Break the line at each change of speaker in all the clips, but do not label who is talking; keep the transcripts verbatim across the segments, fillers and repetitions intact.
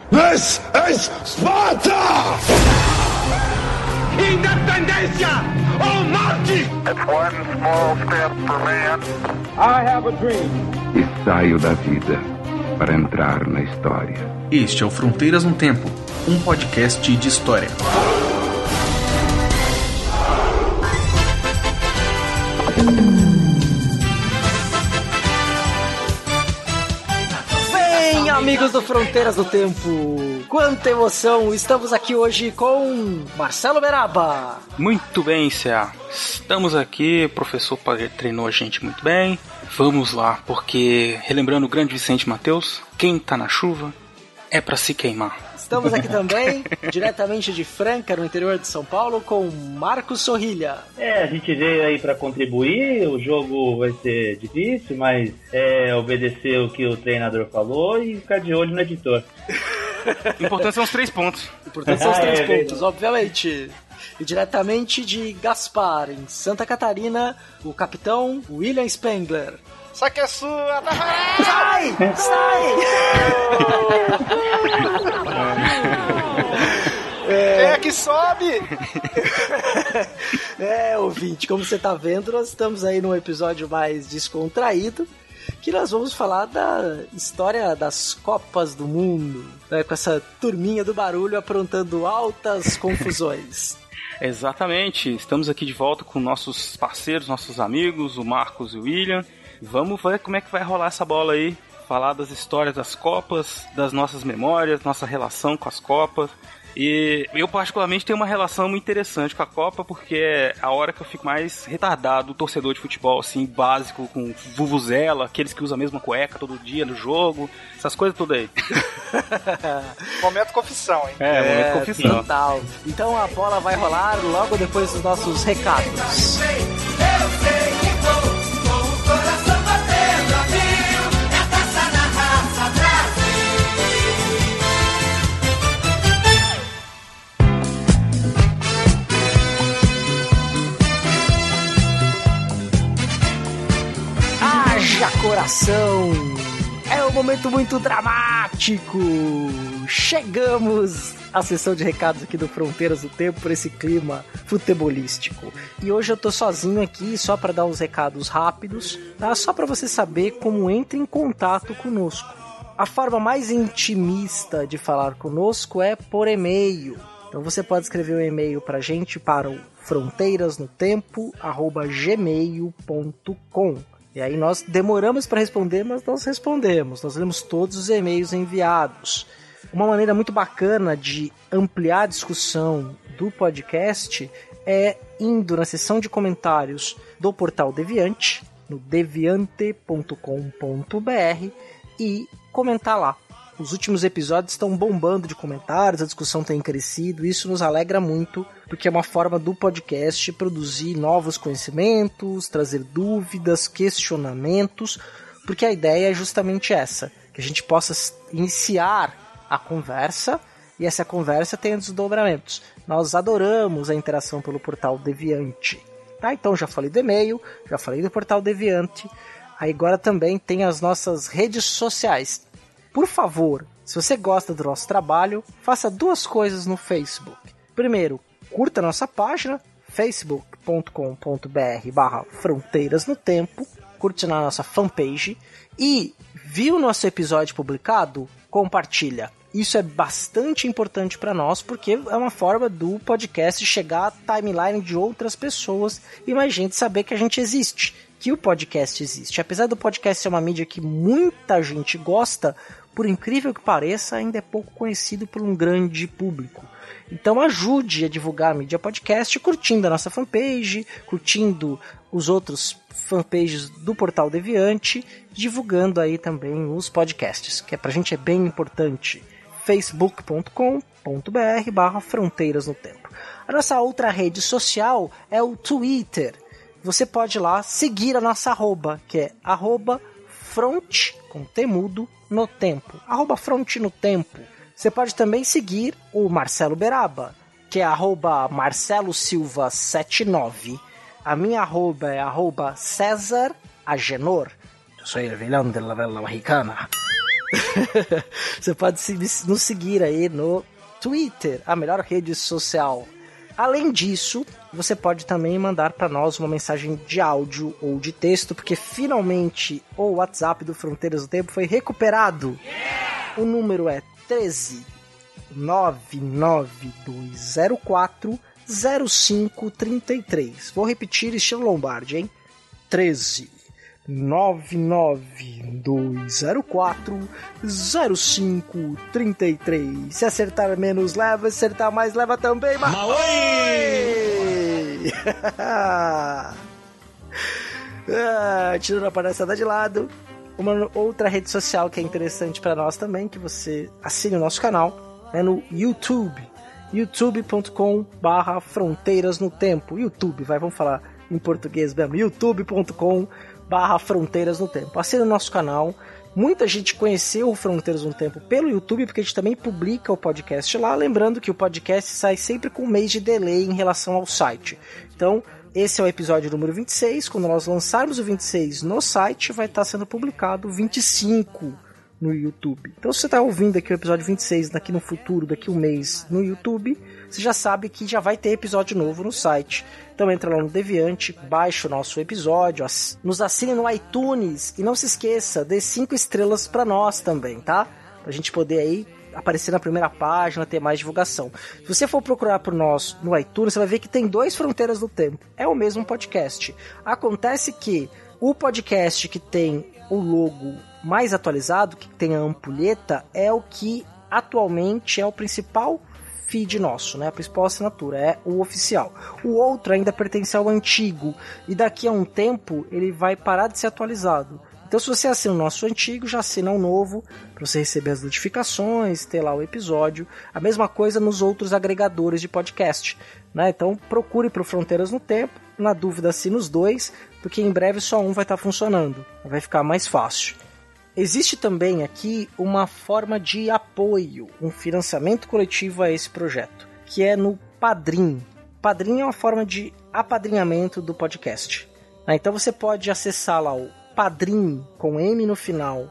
This is Sparta!
Independência ou morte!
It's one small step for man.
I have a dream.
E saio da vida para entrar na história.
Este é o Fronteiras no Tempo, um podcast de história.
Bem, amigos do Fronteiras do Tempo, quanta emoção! Estamos aqui hoje com Marcelo Beraba.
Muito bem, C A. Estamos aqui, o professor treinou a gente muito bem. Vamos lá, porque, relembrando o grande Vicente Mateus, quem tá na chuva é pra se queimar.
Estamos aqui também, diretamente de Franca, no interior de São Paulo, com Marcos Sorrilha.
É, a gente veio aí pra contribuir, o jogo vai ser difícil, mas é obedecer o que o treinador falou e ficar de olho no editor.
Importante são os três pontos.
Importante são os três
ah, é,
pontos, é obviamente. E diretamente de Gaspar, em Santa Catarina, o capitão William Spengler.
Só que é sua, tá?
Sai! Sai!
É, é que sobe!
É, ouvinte, como você tá vendo, nós estamos aí num episódio mais descontraído, que nós vamos falar da história das Copas do Mundo, né, com essa turminha do barulho aprontando altas confusões.
Exatamente, estamos aqui de volta com nossos parceiros, nossos amigos, o Marcos e o William. Vamos ver como é que vai rolar essa bola aí, falar das histórias das Copas, das nossas memórias, nossa relação com as Copas. E eu particularmente tenho uma relação muito interessante com a Copa, porque é a hora que eu fico mais retardado, torcedor de futebol, assim, básico, com vuvuzela, aqueles que usam a mesma cueca todo dia no jogo, essas coisas tudo aí.
Momento confissão, hein?
É, momento
É,
confissão.
Total. Então a bola vai rolar logo depois dos nossos recados.
Eu sei que vou, com o coração batendo a mil, é taça na raça,
Brasil! Haja coração! É um momento muito dramático! Chegamos à sessão de recados aqui do Fronteiras do Tempo por esse clima futebolístico. E hoje eu tô sozinho aqui só para dar uns recados rápidos, tá? Só para você saber como entra em contato conosco. A forma mais intimista de falar conosco é por e-mail. Então você pode escrever um e-mail pra gente para o fronteirasnotempo arroba gmail ponto com. E aí nós demoramos para responder, mas nós respondemos. Nós lemos todos os e-mails enviados. Uma maneira muito bacana de ampliar a discussão do podcast é indo na seção de comentários do portal Deviante, no deviante ponto com ponto br, e comentar lá. Os últimos episódios estão bombando de comentários, a discussão tem crescido, isso nos alegra muito, porque é uma forma do podcast produzir novos conhecimentos, trazer dúvidas, questionamentos, porque a ideia é justamente essa, que a gente possa iniciar a conversa e essa conversa tenha desdobramentos. Nós adoramos a interação pelo portal Deviante. Tá? Então já falei do e-mail, já falei do portal Deviante, aí agora também tem as nossas redes sociais. Por favor, se você gosta do nosso trabalho, faça duas coisas no Facebook. Primeiro, curta nossa página, facebook ponto com ponto br barra fronteiras no tempo, curte na nossa fanpage e viu nosso episódio publicado? Compartilha. Isso é bastante importante para nós, porque é uma forma do podcast chegar à timeline de outras pessoas e mais gente saber que a gente existe, que o podcast existe. Apesar do podcast ser uma mídia que muita gente gosta, por incrível que pareça, ainda é pouco conhecido por um grande público. Então ajude a divulgar a mídia podcast curtindo a nossa fanpage, curtindo os outros fanpages do Portal Deviante, divulgando aí também os podcasts, que é pra gente é bem importante. facebook ponto com ponto br barra fronteiras no tempo. A nossa outra rede social é o Twitter. Você pode ir lá seguir a nossa arroba, que é arroba front, com temudo, no tempo. Arroba front no tempo. Você pode também seguir o Marcelo Beraba, que é arroba Marcelo Silva setenta e nove. A minha arroba é arroba César Agenor. Eu sou o vilão da novela mexicana. Você pode nos seguir aí no Twitter, a melhor rede social. Além disso, você pode também mandar para nós uma mensagem de áudio ou de texto, porque finalmente o WhatsApp do Fronteiras do Tempo foi recuperado. O número é treze nove nove dois zero quatro zero cinco três três. Vou repetir, estilo Lombardi, hein? treze nove nove dois zero quatro zero cinco três três. Se acertar menos, leva. Se acertar mais, leva também. Mas... Oi! ah, tirando a palhaçada de lado, uma outra rede social que é interessante para nós também, que você assine o nosso canal, é no YouTube. youtube ponto com barra Fronteiras no Tempo. YouTube, vai, vamos falar em português mesmo. youtube ponto com barra Fronteiras no Tempo. Assine o nosso canal. Muita gente conheceu o Fronteiras no Tempo pelo YouTube, porque a gente também publica o podcast lá. Lembrando que o podcast sai sempre com um mês de delay em relação ao site. Então, esse é o episódio número vinte e seis. Quando nós lançarmos o vinte e seis no site, vai estar sendo publicado o vinte e cinco no YouTube. Então, se você está ouvindo aqui o episódio vinte e seis daqui no futuro, daqui um mês no YouTube, você já sabe que já vai ter episódio novo no site. Então entra lá no Deviante, baixa o nosso episódio, nos assine no iTunes e não se esqueça, dê cinco estrelas para nós também, tá? Pra gente poder aí aparecer na primeira página, ter mais divulgação. Se você for procurar por nós no iTunes, você vai ver que tem dois Fronteiras do Tempo. É o mesmo podcast. Acontece que o podcast que tem o logo mais atualizado, que tem a ampulheta, é o que atualmente é o principal feed nosso, né? A principal assinatura é o oficial. O outro ainda pertence ao antigo e daqui a um tempo ele vai parar de ser atualizado. Então, se você assina o nosso antigo, já assina o novo para você receber as notificações, ter lá o episódio. A mesma coisa nos outros agregadores de podcast, né? Então, procure por Fronteiras no Tempo. Na dúvida, assina os dois, porque em breve só um vai estar funcionando. Vai ficar mais fácil. Existe também aqui uma forma de apoio, um financiamento coletivo a esse projeto, que é no Padrim. Padrim é uma forma de apadrinhamento do podcast. Então você pode acessar lá o padrim, com M no final,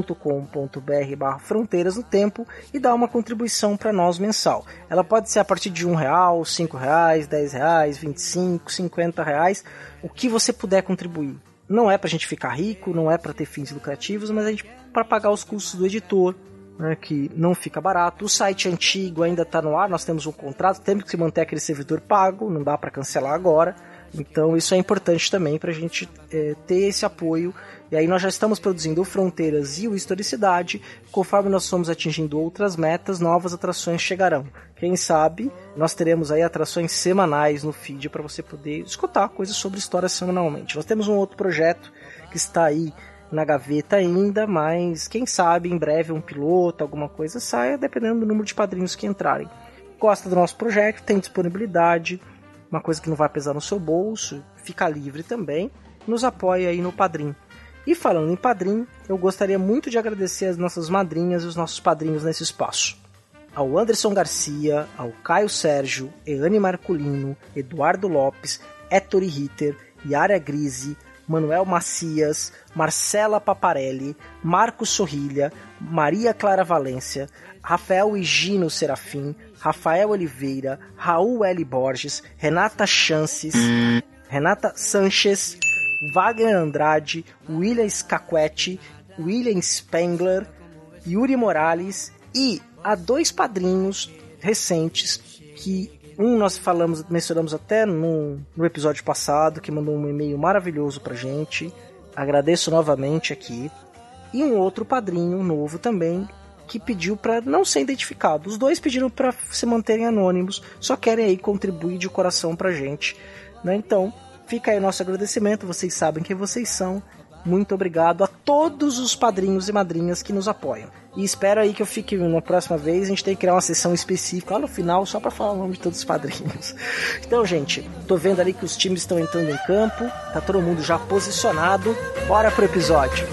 .com.br barra Fronteiras no Tempo e dar uma contribuição para nós mensal. Ela pode ser a partir de um real, cinco reais, dez reais, vinte e cinco, cinquenta reais, o que você puder contribuir. Não é pra gente ficar rico, não é pra ter fins lucrativos, mas a gente para pagar os custos do editor, né, que não fica barato. O site antigo ainda tá no ar, nós temos um contrato, temos que manter aquele servidor pago, não dá para cancelar agora. Então isso é importante também pra gente é, ter esse apoio. E aí nós já estamos produzindo o Fronteiras e o Historicidade. Conforme nós formos atingindo outras metas, novas atrações chegarão. Quem sabe nós teremos aí atrações semanais no feed para você poder escutar coisas sobre história semanalmente. Nós temos um outro projeto que está aí na gaveta ainda, mas quem sabe em breve um piloto, alguma coisa saia, dependendo do número de padrinhos que entrarem. Gosta do nosso projeto, tem disponibilidade, uma coisa que não vai pesar no seu bolso, fica livre também, nos apoia aí no Padrim. E falando em Padrim, eu gostaria muito de agradecer as nossas madrinhas e os nossos padrinhos nesse espaço. Ao Anderson Garcia, ao Caio Sérgio, Eane Marculino, Eduardo Lopes, Ettore Ritter, Yara Grise, Manuel Macias, Marcela Paparelli, Marcos Sorrilha, Maria Clara Valência, Rafael Higino Serafim, Rafael Oliveira, Raul L. Borges, Renata Chances, Renata Sanches, Wagner Andrade, William Scaquetti, William Spengler, Yuri Morales e a dois padrinhos recentes que um nós falamos, mencionamos até no, no episódio passado, que mandou um e-mail maravilhoso pra gente. Agradeço novamente aqui. E um outro padrinho novo também, que pediu para não ser identificado. Os dois pediram para se manterem anônimos, só querem aí contribuir de coração pra gente, né? Então, fica aí nosso agradecimento, vocês sabem quem vocês são. Muito obrigado a todos os padrinhos e madrinhas que nos apoiam. E espero aí que eu fique na próxima vez, a gente tem que criar uma sessão específica lá no final, só para falar o nome de todos os padrinhos. Então, gente, tô vendo ali que os times estão entrando em campo, tá todo mundo já posicionado. Bora pro episódio.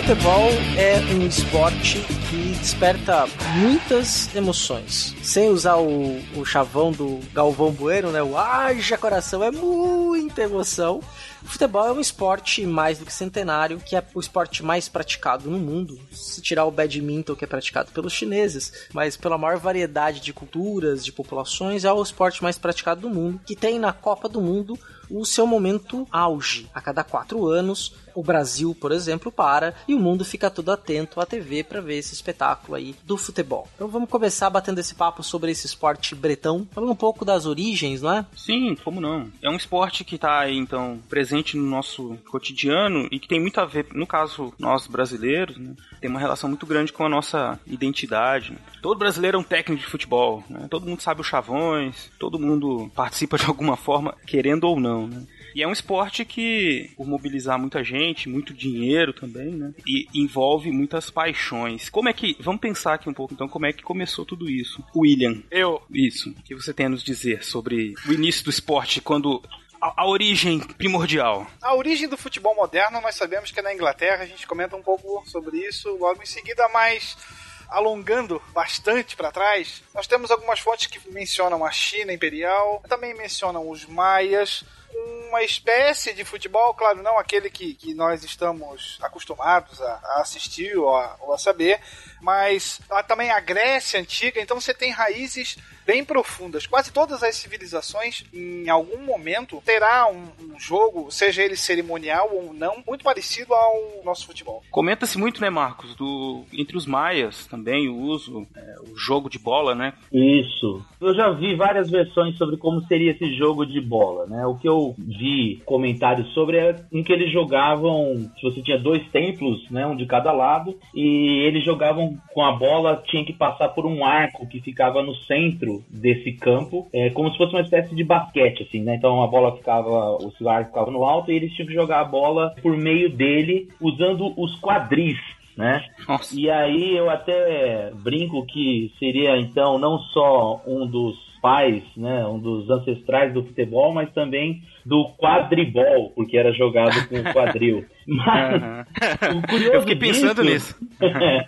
futebol é um esporte que desperta muitas emoções. Sem usar o, o chavão do Galvão Bueno, né? O haja coração, é muita emoção. O futebol é um esporte mais do que centenário, que é o esporte mais praticado no mundo. Se tirar o badminton, que é praticado pelos chineses, mas pela maior variedade de culturas, de populações, é o esporte mais praticado do mundo, que tem na Copa do Mundo o seu momento auge. A cada quatro anos, o Brasil, por exemplo, para e o mundo fica todo atento à T V para ver esse espetáculo aí do futebol. Então vamos começar batendo esse papo sobre esse esporte bretão, falando um pouco das origens, não é?
Sim, como não? É um esporte que está aí, então, presente no nosso cotidiano e que tem muito a ver, no caso, nós brasileiros, né? Tem uma relação muito grande com a nossa identidade. Né? Todo brasileiro é um técnico de futebol, né? Todo mundo sabe os chavões, todo mundo participa de alguma forma, querendo ou não, né? E é um esporte que, por mobilizar muita gente, muito dinheiro também, né? E envolve muitas paixões. Como é que... Vamos pensar aqui um pouco, então, como é que começou tudo isso? William.
Eu.
Isso. O que você tem a nos dizer sobre o início do esporte, quando... A, a origem primordial.
A origem do futebol moderno, nós sabemos que é na Inglaterra. A gente comenta um pouco sobre isso logo em seguida, mas... alongando bastante para trás, nós temos algumas fontes que mencionam a China imperial, também mencionam os maias, uma espécie de futebol, claro, não aquele que, que nós estamos acostumados a, a assistir ou a, ou a saber, mas há também a Grécia Antiga, então você tem raízes bem profundas. Quase todas as civilizações, em algum momento, terá um, um jogo, seja ele cerimonial ou não, muito parecido ao nosso futebol.
Comenta-se muito, né, Marcos, do, entre os maias também, o uso, é, o jogo de bola, né?
Isso. Eu já vi várias versões sobre como seria esse jogo de bola, né? O que eu vi comentários sobre é em que eles jogavam, se você tinha dois templos, né, um de cada lado, e eles jogavam com a bola, tinha que passar por um arco que ficava no centro desse campo, é, como se fosse uma espécie de basquete, assim, né? Então a bola ficava, o arco ficava no alto e eles tinham que jogar a bola por meio dele, usando os quadris, né?
Nossa.
E aí eu até brinco que seria então não só um dos pais, né, um dos ancestrais do futebol, mas também do quadribol, porque era jogado com quadril. Mas
uhum.
o curioso
eu fiquei pensando
disso,
nisso.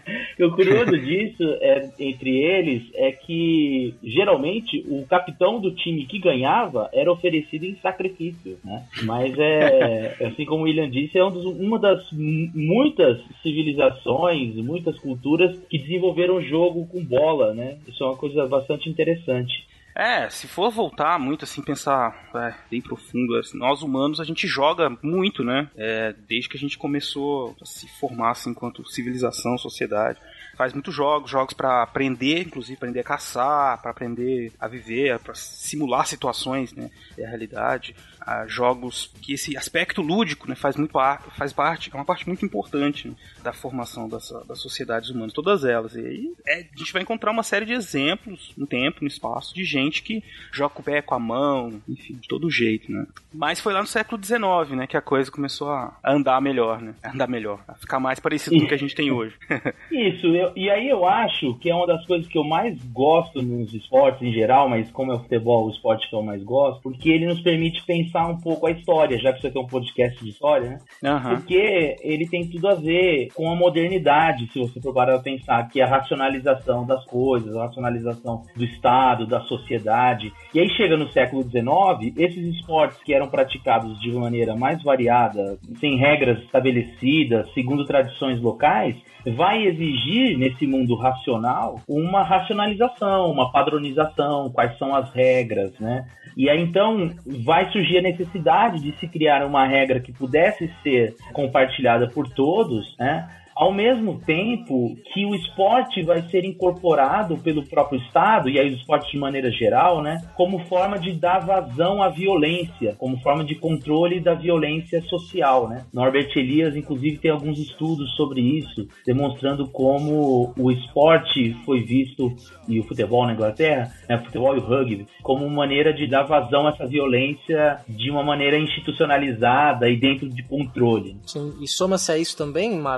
O curioso disso é, entre eles é que geralmente o capitão do time que ganhava era oferecido em sacrifício, né? Mas é, assim como o William disse, é um dos, uma das muitas civilizações, muitas culturas que desenvolveram jogo com bola, né? Isso é uma coisa bastante interessante.
É, se for voltar muito, assim, pensar é, bem profundo, assim, nós humanos, a gente joga muito, né? É, desde que a gente começou a se formar, assim, enquanto civilização, sociedade. Faz muitos jogos, jogos para aprender, inclusive aprender a caçar, para aprender a viver, para simular situações, né? É a realidade. Ah, jogos que esse aspecto lúdico, né, faz, muito, faz parte, é uma parte muito importante, né, da formação das, das sociedades humanas, todas elas. E aí é, a gente vai encontrar uma série de exemplos no tempo, no espaço, de gente que joga com o pé, com a mão, enfim, de todo jeito, né. Mas foi lá no século dezenove, né, que a coisa começou a andar melhor, né, a andar melhor, a ficar mais parecido com o que a gente tem hoje.
Isso, eu, e aí eu acho que é uma das coisas que eu mais gosto nos esportes em geral, mas como é o futebol, o esporte que eu mais gosto, porque ele nos permite pensar um pouco a história, já que isso aqui é um podcast de história, né? Uhum. Porque ele tem tudo a ver com a modernidade, se você for parar a pensar, que é a racionalização das coisas, a racionalização do Estado, da sociedade. E aí chega no século dezenove, esses esportes que eram praticados de uma maneira mais variada, sem regras estabelecidas, segundo tradições locais, vai exigir, nesse mundo racional, uma racionalização, uma padronização, quais são as regras, né? E aí, então, vai surgir a necessidade de se criar uma regra que pudesse ser compartilhada por todos, né? Ao mesmo tempo que o esporte vai ser incorporado pelo próprio Estado, e aí o esporte de maneira geral, né, como forma de dar vazão à violência, como forma de controle da violência social, né? Norbert Elias, inclusive, tem alguns estudos sobre isso, demonstrando como o esporte foi visto, e o futebol na Inglaterra, né, o futebol e o rugby, como uma maneira de dar vazão a essa violência de uma maneira institucionalizada e dentro de controle.
Sim, e soma-se a isso também, Marcos, você está comentando,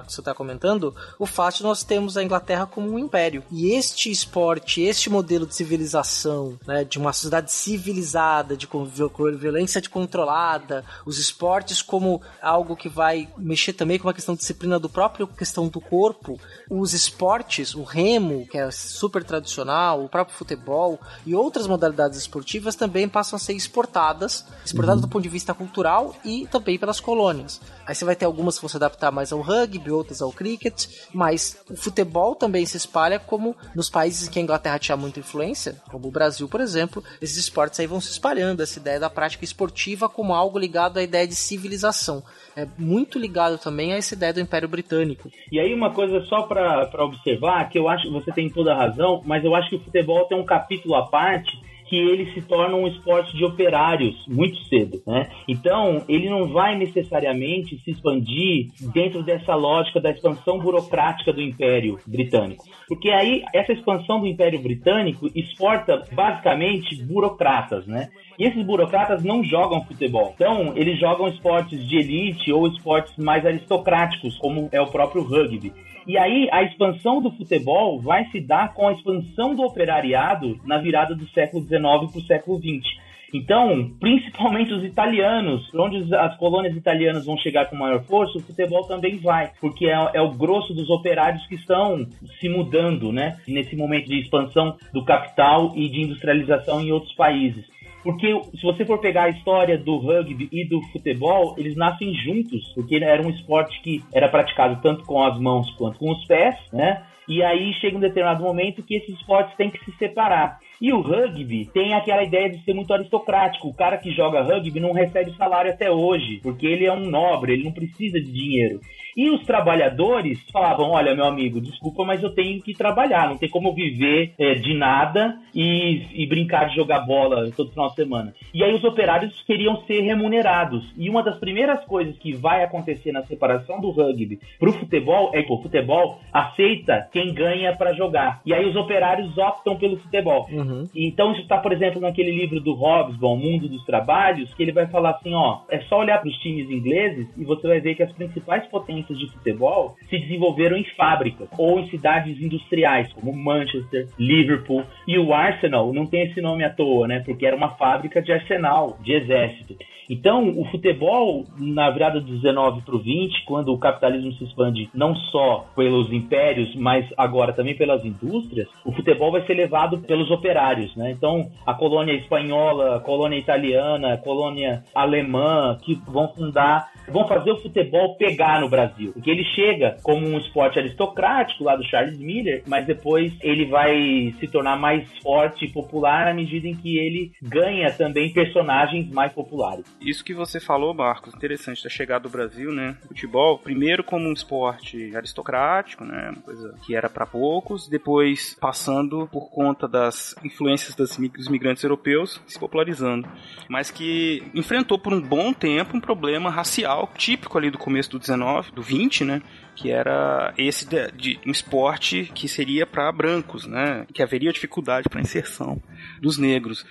comentando, o fato de nós termos a Inglaterra como um império. E este esporte, este modelo de civilização, né, de uma sociedade civilizada, de violência controlada, os esportes como algo que vai mexer também com uma questão de disciplina do próprio questão do corpo, os esportes, o remo, que é super tradicional, o próprio futebol e outras modalidades esportivas também passam a ser exportadas, exportadas uhum. do ponto de vista cultural e também pelas colônias. Aí você vai ter algumas que vão se adaptar mais ao rugby, outras ao cricket, mas o futebol também se espalha como nos países em que a Inglaterra tinha muita influência, como o Brasil, por exemplo, esses esportes aí vão se espalhando, essa ideia da prática esportiva como algo ligado à ideia de civilização. É muito ligado também a essa ideia do Império Britânico.
E aí uma coisa só para observar, que eu acho que você tem toda a razão, mas eu acho que o futebol tem um capítulo à parte que ele se torna um esporte de operários muito cedo, né? Então, ele não vai necessariamente se expandir dentro dessa lógica da expansão burocrática do Império Britânico. Porque aí, essa expansão do Império Britânico exporta, basicamente, burocratas, né? E esses burocratas não jogam futebol. Então, eles jogam esportes de elite ou esportes mais aristocráticos, como é o próprio rugby. E aí, a expansão do futebol vai se dar com a expansão do operariado na virada do século dezenove para o século vinte. Então, principalmente os italianos, onde as colônias italianas vão chegar com maior força, o futebol também vai, porque é, é o grosso dos operários que estão se mudando, né, nesse momento de expansão do capital e de industrialização em outros países. Porque se você for pegar a história do rugby e do futebol, eles nascem juntos, porque era um esporte que era praticado tanto com as mãos quanto com os pés, né? E aí chega um determinado momento que esses esportes têm que se separar. E o rugby tem aquela ideia de ser muito aristocrático. O cara que joga rugby não recebe salário até hoje, porque ele é um nobre, ele não precisa de dinheiro. E os trabalhadores falavam, olha, meu amigo, desculpa, mas eu tenho que trabalhar, não tem como viver é, de nada e, e brincar de jogar bola todo final de semana. E aí os operários queriam ser remunerados. E uma das primeiras coisas que vai acontecer na separação do rugby pro futebol é que o futebol aceita quem ganha para jogar. E aí os operários optam pelo futebol. Uhum. Então isso está, por exemplo, naquele livro do Hobsbawm, O Mundo dos Trabalhos, que ele vai falar assim, ó, é só olhar para os times ingleses e você vai ver que as principais potências de futebol se desenvolveram em fábricas ou em cidades industriais, como Manchester, Liverpool. E o Arsenal não tem esse nome à toa, né? Porque era uma fábrica de arsenal, de exército. Então, o futebol, na virada do dezenove para o vinte, quando o capitalismo se expande não só pelos impérios, mas agora também pelas indústrias, o futebol vai ser levado pelos operários, né? Então, a colônia espanhola, a colônia italiana, a colônia alemã, que vão fundar, vão fazer o futebol pegar no Brasil. Porque ele chega como um esporte aristocrático, lá do Charles Miller, mas depois ele vai se tornar mais forte e popular à medida em que ele ganha também personagens mais populares.
Isso que você falou, Marcos, interessante da chegada do Brasil, né? Futebol, primeiro como um esporte aristocrático, né? Uma coisa que era para poucos, depois passando por conta das influências das, dos migrantes europeus, se popularizando. Mas que enfrentou por um bom tempo um problema racial típico ali do começo do dezenove, do vinte, né? Que era esse de, de um esporte que seria para brancos, né? Que haveria dificuldade para a inserção dos negros.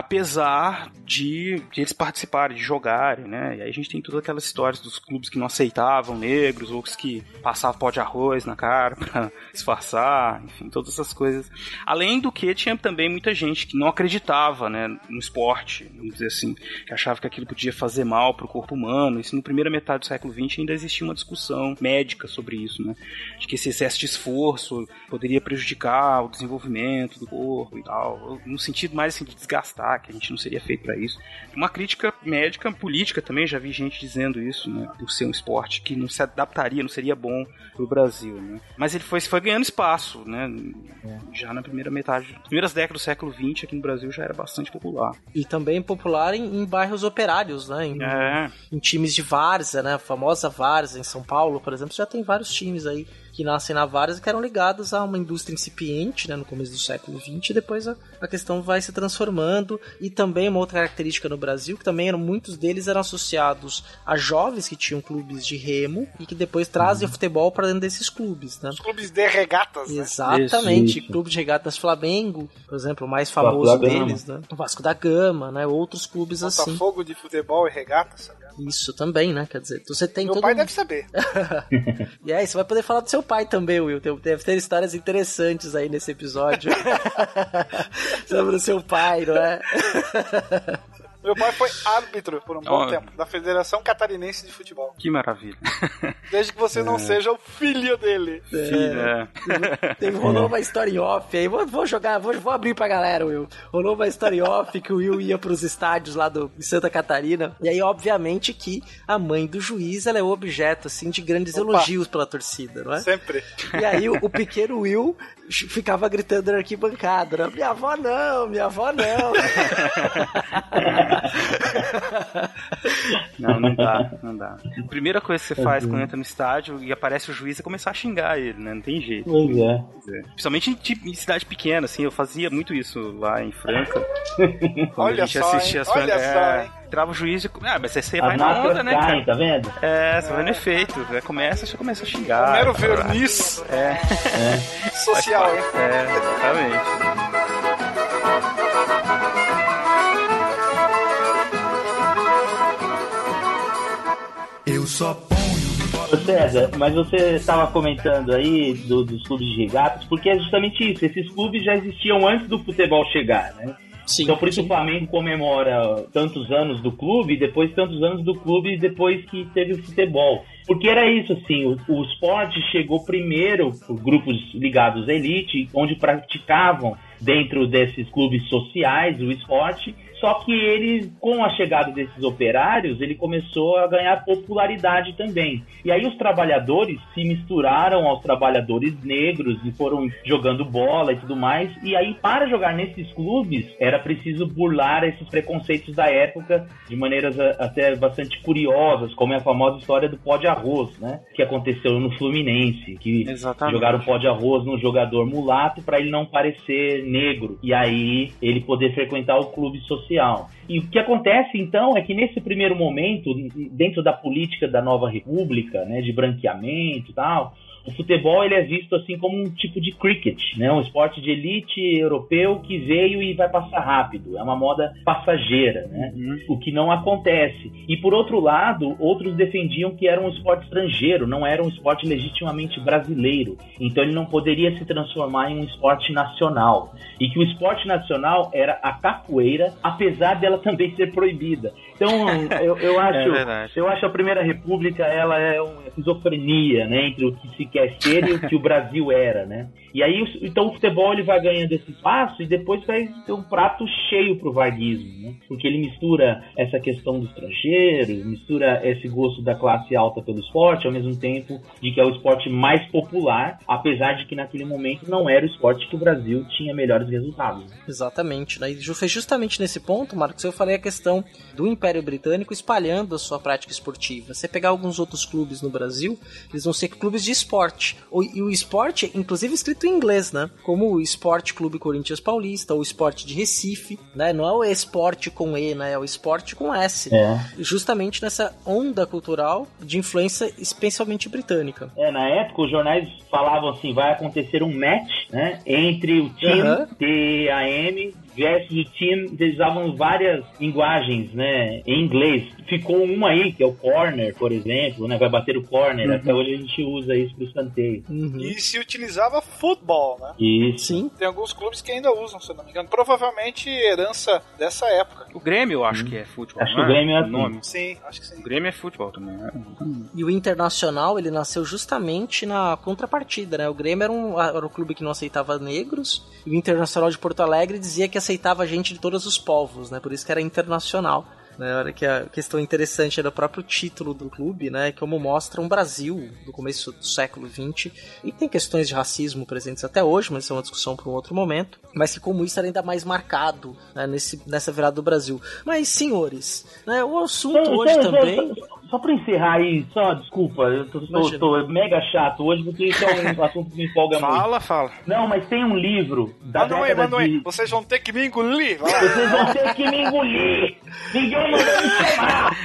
Apesar de, de eles participarem, de jogarem, né? E aí a gente tem todas aquelas histórias dos clubes que não aceitavam negros, outros que passavam pó de arroz na cara pra disfarçar, enfim, todas essas coisas. Além do que, tinha também muita gente que não acreditava, né, no esporte, vamos dizer assim, que achava que aquilo podia fazer mal pro corpo humano. Isso, na primeira metade do século vinte, ainda existia uma discussão médica sobre isso, né? De que esse excesso de esforço poderia prejudicar o desenvolvimento do corpo e tal, no sentido mais assim, de desgastar, que a gente não seria feito para isso. Uma crítica médica, política também, já vi gente dizendo isso, né, por ser um esporte que não se adaptaria, não seria bom pro Brasil, né. Mas ele foi, foi ganhando espaço, né, é. já na primeira metade, nas primeiras décadas do século vinte, aqui no Brasil já era bastante popular.
E também popular em, em bairros operários, né, em,
é.
em times de várzea, né, a famosa várzea em São Paulo, por exemplo, já tem vários times aí que nascem na Várzea, que eram ligados a uma indústria incipiente, né, no começo do século vinte, e depois a, a questão vai se transformando. E também uma outra característica no Brasil, que também eram, muitos deles eram associados a jovens que tinham clubes de remo e que depois trazem uhum. o futebol para dentro desses clubes, né?
Os clubes de regatas, né?
Exatamente,
isso, isso.
clube de regatas Flamengo, por exemplo, o mais famoso deles, né? O Vasco da Gama, né? Outros clubes assim.
Botafogo de futebol e regatas, sabe?
Isso também, né? Quer dizer, você tem
Meu
todo
pai
um...
deve saber.
E aí, você vai poder falar do seu pai também, Will. Deve ter histórias interessantes aí nesse episódio. Sobre o seu pai, não é?
Meu pai foi árbitro por um bom
Oh.
tempo da Federação Catarinense de Futebol.
Que maravilha.
Desde que você não
É.
seja o filho dele.
Filho, é.
Teve, rolou uma história em off aí. Vou, vou jogar, vou, vou abrir pra galera, Will. Rolou uma história em off que o Will ia pros estádios lá do, em Santa Catarina. E aí, obviamente, que a mãe do juiz ela é objeto assim, de grandes
Opa.
elogios pela torcida, não é?
Sempre.
E aí, o, o pequeno Will ficava gritando na arquibancada, né? Minha avó não, minha avó não.
Não, não dá, não dá. A primeira coisa que você faz quando entra no estádio e aparece o juiz é começar a xingar ele, né? Não tem jeito.
Pois é.
Principalmente em, tipo, em cidade pequena, assim, eu fazia muito isso lá em Franca. Quando
Olha
a gente
só,
assistia
hein?
as
Olha
Franca,
só,
é,
hein?
entrava o juiz e... Ah, mas você vai
As
na onda,
máscaras
né, cara?
caem, tá vendo?
É, você vai no efeito. Né? Começa, já começa a xingar.
Mero
cara.
verniz
É,
social, hein?
é, exatamente.
Eu só ponho.
Ô César, mas você estava comentando aí do- dos clubes de regatas, porque é justamente isso, esses clubes já existiam antes do futebol chegar, né?
Sim,
Então por isso
sim.
o Flamengo comemora tantos anos do clube, e depois tantos anos do clube depois que teve o futebol. Porque era isso, assim, o, o esporte chegou primeiro por grupos ligados à elite, onde praticavam dentro desses clubes sociais o esporte, só que ele, com a chegada desses operários, ele começou a ganhar popularidade também. E aí os trabalhadores se misturaram aos trabalhadores negros e foram jogando bola e tudo mais. E aí, para jogar nesses clubes, era preciso burlar esses preconceitos da época de maneiras a- até bastante curiosas, como é a famosa história do pó de arroz, né? Que aconteceu no Fluminense, que
Exatamente.
jogaram pó de arroz num jogador mulato para ele não parecer negro. E aí, ele poder frequentar o clube social. E o que acontece, então, é que nesse primeiro momento, dentro da política da nova república, né, de branqueamento e tal, o futebol ele é visto assim como um tipo de cricket, né, um esporte de elite europeu que veio e vai passar rápido, é uma moda passageira, né,
Uhum.
o que não acontece. E por outro lado, outros defendiam que era um esporte estrangeiro, não era um esporte legitimamente brasileiro, então ele não poderia se transformar em um esporte nacional, e que o esporte nacional era a capoeira, apesar dela também ser proibida. Então eu, eu acho
É verdade.
eu acho a Primeira República ela é uma esquizofrenia, né, entre o que se quer ser e o que o Brasil era, né? E aí, o- então o futebol ele vai ganhando esse espaço e depois vai ter um prato cheio pro varguismo, né? Porque ele mistura essa questão do estrangeiro, mistura esse gosto da classe alta pelo esporte, ao mesmo tempo de que é o esporte mais popular, apesar de que naquele momento não era o esporte que o Brasil tinha melhores resultados.
Exatamente, né? E ju- foi justamente nesse ponto, Marcos, eu falei a questão do Império Britânico espalhando a sua prática esportiva. Você pegar alguns outros clubes no Brasil, eles vão ser clubes de esporte. O- e o esporte, inclusive escrito em inglês, né? Como o Esporte Clube Corinthians Paulista, ou o Esporte de Recife, né? Não é o esporte com E, né? É o esporte com S.
É.
Justamente nessa onda cultural de influência especialmente britânica.
É, na época os jornais falavam assim, vai acontecer um match, né, entre o time,
Aham.
T A M, versus o time, eles usavam várias linguagens, né, em inglês. Ficou uma aí, que é o corner, por exemplo, né, vai bater o corner, até hoje a gente usa isso pro escanteio.
Uhum.
E se utilizava futebol, né?
Isso.
Sim.
Tem alguns clubes que ainda usam, se eu não me engano. Provavelmente herança dessa época.
O Grêmio eu acho que é futebol.
Acho
não
que o Grêmio é
o
assim.
nome.
Sim, acho que sim.
O Grêmio é futebol também, né?
E o Internacional, ele nasceu justamente na contrapartida, né? O Grêmio era um, era um clube que não aceitava negros, e o Internacional de Porto Alegre dizia que aceitava gente de todos os povos, né? Por isso que era internacional. Né, olha que a questão interessante era o próprio título do clube, né, como mostra um Brasil do começo do século vinte, e tem questões de racismo presentes até hoje, mas isso é uma discussão para um outro momento, mas que como isso era ainda mais marcado, né, nesse, nessa virada do Brasil. Mas, senhores, né, o assunto
Só-
hoje
só-
também...
Só, Só pra encerrar aí, só, desculpa, eu tô, tô, tô mega chato hoje, porque isso é um assunto que me empolga muito.
Fala, fala.
Não, mas tem um livro da
Manda aí,
década
manda aí.
de...
Vocês vão ter que me engolir. Vai lá.
Vocês vão ter que me engolir! Ninguém mandou me chamar!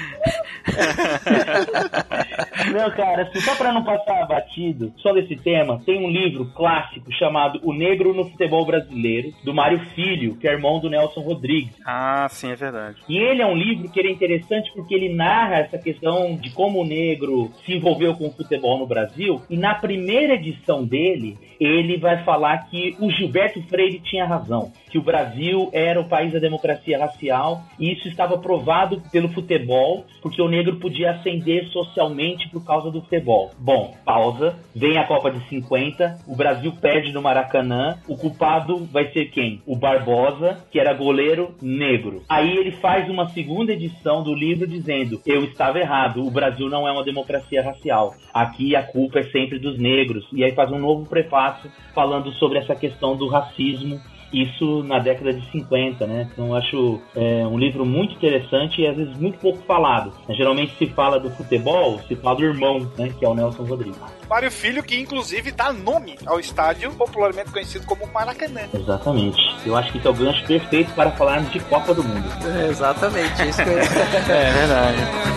Não, cara, assim, só pra não passar batido, só desse tema, tem um livro clássico chamado O Negro no Futebol Brasileiro, do Mário Filho, que é irmão do Nelson Rodrigues.
Ah, sim, é verdade.
E ele é um livro que ele é interessante porque ele narra essa questão de como o negro se envolveu com o futebol no Brasil, e na primeira edição dele, ele vai falar que o Gilberto Freire tinha razão, que o Brasil era o país da democracia racial, e isso estava provado pelo futebol, porque o negro podia ascender socialmente por causa do futebol. Bom, pausa, vem a Copa de cinquenta, o Brasil perde no Maracanã, o culpado vai ser quem? O Barbosa, que era goleiro negro. Aí ele faz uma segunda edição do livro dizendo, eu estava errado, o Brasil não é uma democracia racial, aqui a culpa é sempre dos negros, e aí faz um novo prefácio falando sobre essa questão do racismo, isso na década de cinquenta, né? Então eu acho é, um livro muito interessante e às vezes muito pouco falado. Geralmente se fala do futebol, se fala do irmão, né? Que é o Nelson Rodrigues.
Mário Filho, que inclusive dá nome ao estádio, popularmente conhecido como Maracanã.
Exatamente. Eu acho que esse é o gancho perfeito para falarmos de Copa do Mundo.
É, exatamente, isso que eu...
É verdade.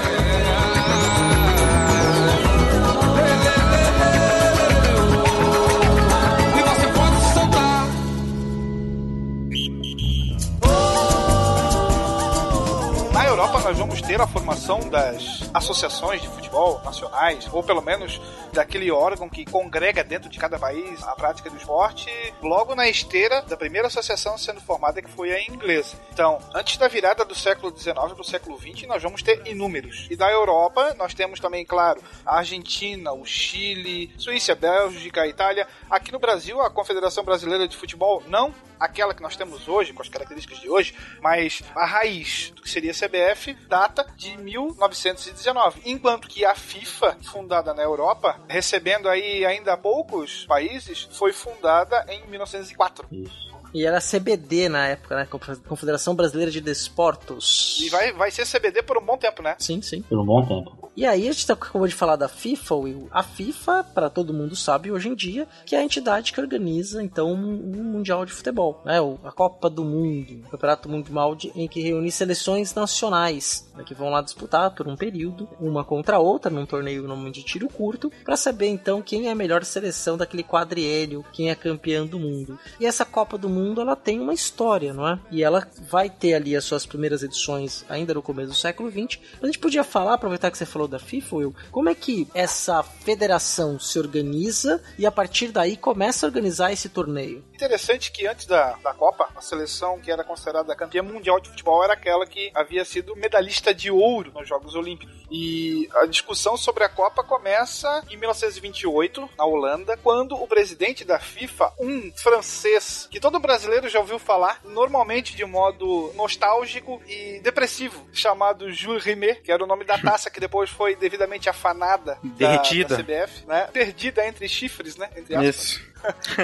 Na Europa nós vamos ter a formação das associações de futebol nacionais, ou pelo menos daquele órgão que congrega dentro de cada país a prática do esporte, logo na esteira da primeira associação sendo formada, que foi a inglesa. Então, antes da virada do século dezenove para o século vinte, nós vamos ter inúmeros. E da Europa, nós temos também, claro, a Argentina, o Chile, Suíça, Bélgica, Itália. Aqui no Brasil, a Confederação Brasileira de Futebol, não aquela que nós temos hoje, com as características de hoje, mas a raiz do que seria a C B F data de mil novecentos e dezenove, enquanto que a FIFA, fundada na Europa, recebendo aí ainda poucos países, foi fundada em mil novecentos e quatro.
Isso.
E era C B D na época, né? Confederação Brasileira de Desportos.
E vai, vai ser C B D por um bom tempo, né?
Sim, sim.
Por um bom tempo.
E aí a gente acabou de falar da FIFA, Will. A FIFA, para todo mundo sabe hoje em dia, que é a entidade que organiza, então, um Mundial de Futebol, né? A Copa do Mundo, o Campeonato Mundial de, em que reúne seleções nacionais, né, que vão lá disputar por um período, uma contra a outra, num torneio normalmente de tiro curto, para saber, então, quem é a melhor seleção daquele quadriênio, quem é campeão do mundo. E essa Copa do Mundo, ela tem uma história, não é? E ela vai ter ali as suas primeiras edições ainda no começo do século vinte. A gente podia falar, aproveitar que você falou da FIFA, Will, como é que essa federação se organiza e a partir daí começa a organizar esse torneio?
Interessante que antes da, da Copa, a seleção que era considerada a campeã mundial de futebol era aquela que havia sido medalhista de ouro nos Jogos Olímpicos. E a discussão sobre a Copa começa em mil novecentos e vinte e oito, na Holanda, quando o presidente da FIFA, um francês, que todo brasileiro já ouviu falar, normalmente de modo nostálgico e depressivo, chamado Jules Rimet, que era o nome da taça que depois foi devidamente afanada
derretida
da, da C B F, né? Perdida entre chifres, né? Entre aspas.
Isso.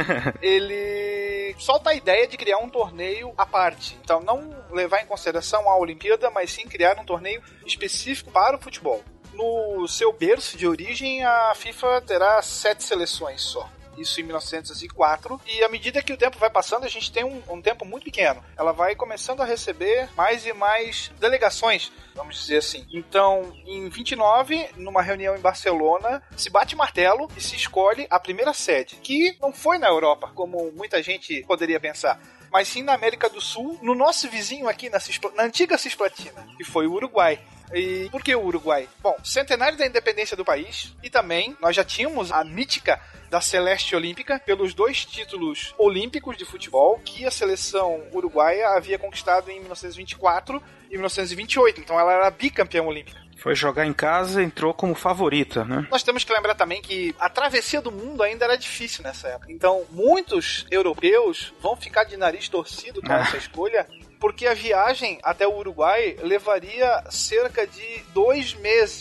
Ele solta a ideia de criar um torneio à parte. Então, não levar em consideração a Olimpíada, mas sim criar um torneio específico para o futebol. No seu berço de origem, a FIFA terá sete seleções só. Isso em mil novecentos e quatro, e à medida que o tempo vai passando, a gente tem um, um tempo muito pequeno. Ela vai começando a receber mais e mais delegações, vamos dizer assim. Então, em vinte e nove, numa reunião em Barcelona, se bate martelo e se escolhe a primeira sede, que não foi na Europa, como muita gente poderia pensar, mas sim na América do Sul, no nosso vizinho aqui, na, Cispl- na antiga Cisplatina, que foi o Uruguai. E por que o Uruguai? Bom, centenário da independência do país, e também nós já tínhamos a mítica da Celeste Olímpica pelos dois títulos olímpicos de futebol que a seleção uruguaia havia conquistado em mil novecentos e vinte e quatro e mil novecentos e vinte e oito. Então ela era bicampeã olímpica.
Foi jogar em casa e entrou como favorita, né?
Nós temos que lembrar também que a travessia do mundo ainda era difícil nessa época. Então, muitos europeus vão ficar de nariz torcido com ah. essa escolha, porque a viagem até o Uruguai levaria cerca de dois meses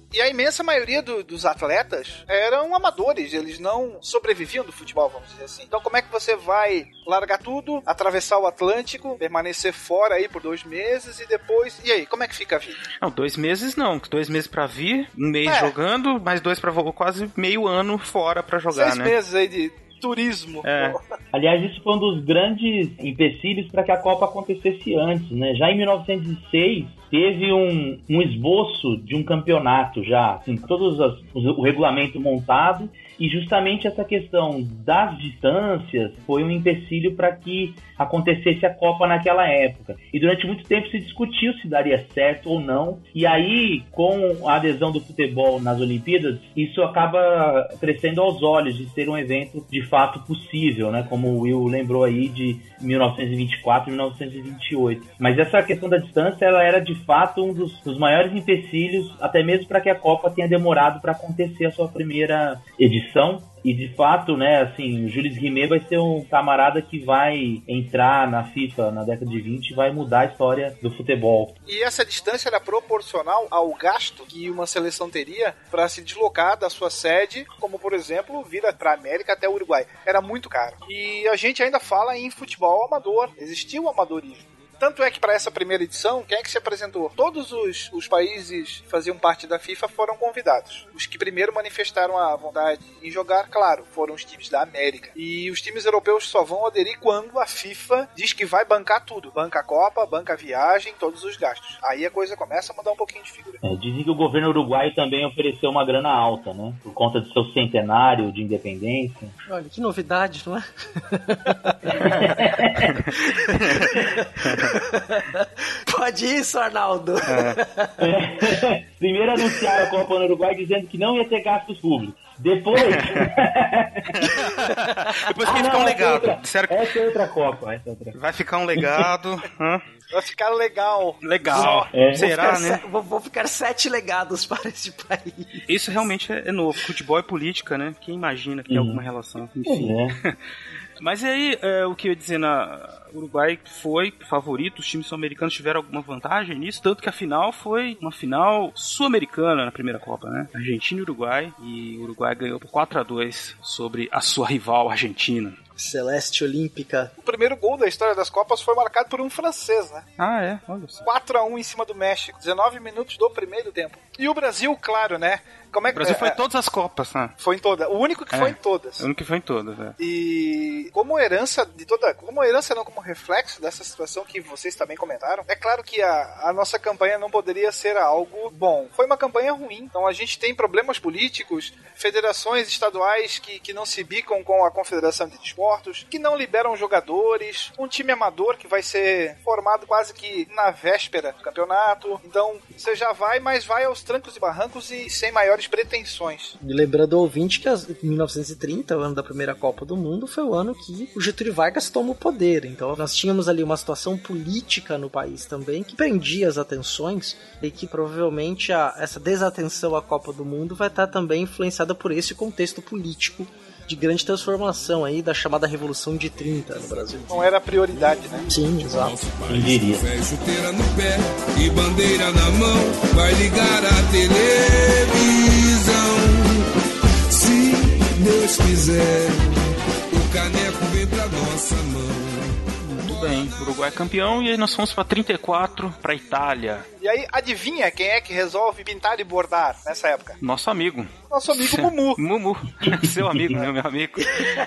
E a imensa maioria do, dos atletas eram amadores, eles não sobreviviam do futebol, vamos dizer assim. Então como é que você vai largar tudo, atravessar o Atlântico, permanecer fora aí por dois meses e depois... E aí, como é que fica a vida?
Não, dois meses não, dois meses pra vir, um mês
É.
jogando, mais dois pra voltar, quase meio ano fora pra jogar,
Seis
né?
meses aí de turismo.
É.
Aliás, isso foi um dos grandes empecilhos para que a Copa acontecesse antes, né? Já em mil novecentos e seis, teve um, um esboço de um campeonato já, assim, todos as, o regulamento montado, e justamente essa questão das distâncias foi um empecilho para que acontecesse a Copa naquela época. E durante muito tempo se discutiu se daria certo ou não, e aí, com a adesão do futebol nas Olimpíadas, isso acaba crescendo aos olhos de ser um evento de fato possível, né? Como o Will lembrou aí de mil novecentos e vinte e quatro e mil novecentos e vinte e oito. Mas essa questão da distância, ela era de fato um dos, dos maiores empecilhos, até mesmo para que a Copa tenha demorado para acontecer a sua primeira edição. E de fato, né, assim, o Jules Rimet vai ser um camarada que vai entrar na FIFA na década de vinte e vai mudar a história do futebol.
E essa distância era proporcional ao gasto que uma seleção teria para se deslocar da sua sede, como por exemplo, vir para a América até o Uruguai. Era muito caro. E a gente ainda fala em futebol amador. Existia o amadorismo. Tanto é que para essa primeira edição, quem é que se apresentou? Todos os, os países que faziam parte da FIFA foram convidados. Os que primeiro manifestaram a vontade em jogar, claro, foram os times da América. E os times europeus só vão aderir quando a FIFA diz que vai bancar tudo. Banca a Copa, banca a viagem, todos os gastos. Aí a coisa começa a mudar um pouquinho de figura.
É, dizem que o governo uruguaio também ofereceu uma grana alta, né? Por conta do seu centenário de independência.
Olha, que novidade, não é? Pode isso, Arnaldo.
É. Primeiro anunciaram a Copa no Uruguai dizendo que não ia ter gastos públicos. Depois...
Depois que ah, fica um legado.
Outra,
Sério...
Essa é outra Copa. Essa é outra...
Vai ficar um legado.
Vai ficar legal.
Legal.
É.
Será,
vou
né?
Se... Vou, vou ficar sete legados para esse país.
Isso realmente é, é novo. Futebol e política, né? Quem imagina que tem uhum. alguma relação? Enfim.
É.
Mas aí, é, o que eu ia dizer, na Uruguai foi favorito, os times sul-americanos tiveram alguma vantagem nisso, tanto que a final foi uma final sul-americana na primeira Copa, né? Argentina e Uruguai, e o Uruguai ganhou por quatro a dois sobre a sua rival Argentina.
Celeste Olímpica.
O primeiro gol da história das Copas foi marcado por um francês, né?
Ah, é? Olha só.
quatro a um em cima do México, dezenove minutos do primeiro tempo. E o Brasil, claro, né? Como é que,
o Brasil
é,
foi em todas as Copas, né?
Foi em todas. O único que
é,
foi em todas.
O único que foi em todas, é.
E como herança de toda... Como herança não, como reflexo dessa situação que vocês também comentaram, é claro que a, a nossa campanha não poderia ser algo bom. Foi uma campanha ruim. Então a gente tem problemas políticos, federações estaduais que, que não se bicam com a Confederação de Desportos, que não liberam jogadores, um time amador que vai ser formado quase que na véspera do campeonato. Então você já vai, mas vai aos trancos e barrancos e sem maiores pretensões.
E lembrando ao ouvinte que em mil novecentos e trinta, o ano da primeira Copa do Mundo, foi o ano que o Getúlio Vargas toma o poder. Então nós tínhamos ali uma situação política no país também que prendia as atenções e que provavelmente a, essa desatenção à Copa do Mundo vai estar também influenciada por esse contexto político de grande transformação aí da chamada Revolução de trinta no Brasil.
Não era prioridade, né?
Sim, exato.
Quem diria?
Chuteira no pé e bandeira na mão, vai ligar a televisão. Se Deus quiser, o caneco vem pra nossa mão.
Muito bem, o Uruguai é campeão e aí nós fomos pra trinta e quatro, pra Itália.
E aí, adivinha quem é que resolve pintar e bordar nessa época?
Nosso amigo.
Nosso amigo Mumu.
Mumu. Seu amigo, né? Meu amigo.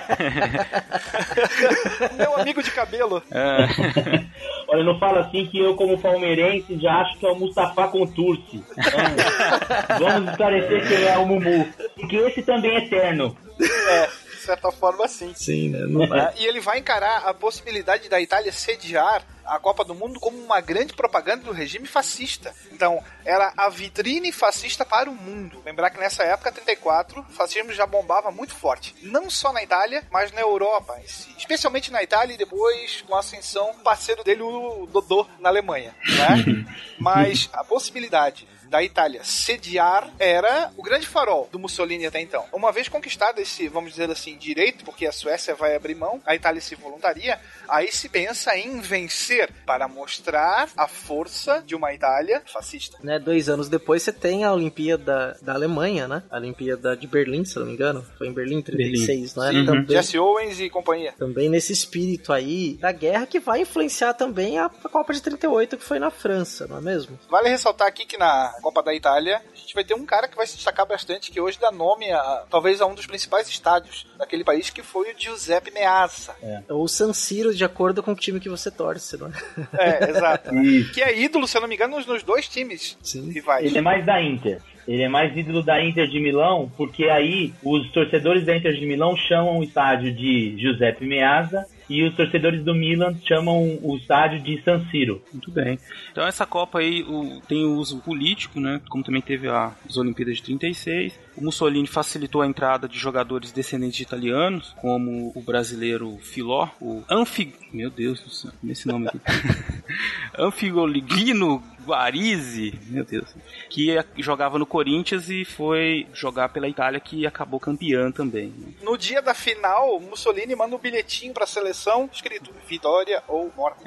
Meu amigo de cabelo.
É.
Olha, não fala assim que eu, como palmeirense, já acho que é o Mustafa Contursi. Então, vamos esclarecer quem é o Mumu. Porque esse também é eterno.
É. De certa forma, sim.
Sim, né? Não
é. E ele vai encarar a possibilidade da Itália sediar a Copa do Mundo como uma grande propaganda do regime fascista. Então, era a vitrine fascista para o mundo. Lembrar que nessa época, trinta e quatro, o fascismo já bombava muito forte. Não só na Itália, mas na Europa em si. Especialmente na Itália e depois com a ascensão parceiro dele, o Dodô, na Alemanha. Né? Mas a possibilidade da Itália sediar era o grande farol do Mussolini até então. Uma vez conquistado esse, vamos dizer assim, direito, porque a Suécia vai abrir mão, a Itália se voluntaria, aí se pensa em vencer para mostrar a força de uma Itália fascista.
Né, dois anos depois você tem a Olimpíada da Alemanha, né? A Olimpíada de Berlim, se não me engano. Foi em Berlim, trinta e seis, não é?
Uhum.
Também,
Jesse Owens e companhia.
Também nesse espírito aí da guerra que vai influenciar também a Copa de trinta e oito, que foi na França, não é mesmo?
Vale ressaltar aqui que na Copa da Itália a gente vai ter um cara que vai se destacar bastante, que hoje dá nome a, talvez a um dos principais estádios daquele país, que foi o Giuseppe Meazza.
É. Ou o San Siro, de acordo com o time que você torce, não é?
É, exato. Que é ídolo, se eu não me engano, nos, nos dois times
Sim.
rivais.
Ele é mais da Inter. Ele é mais ídolo da Inter de Milão, porque aí os torcedores da Inter de Milão chamam o estádio de Giuseppe Meazza e os torcedores do Milan chamam o estádio de San Siro.
Muito bem. Então essa Copa aí o, tem o uso político, né? Como também teve a, as Olimpíadas de trinta e seis. O Mussolini facilitou a entrada de jogadores descendentes de italianos, como o brasileiro Filó, o Anfig... Meu Deus do céu, esse nome aqui. Anfigolino Guarizzi, meu Deus, que jogava no Corinthians e foi jogar pela Itália, que acabou campeã também.
No dia da final, Mussolini manda um bilhetinho pra seleção escrito vitória ou morte.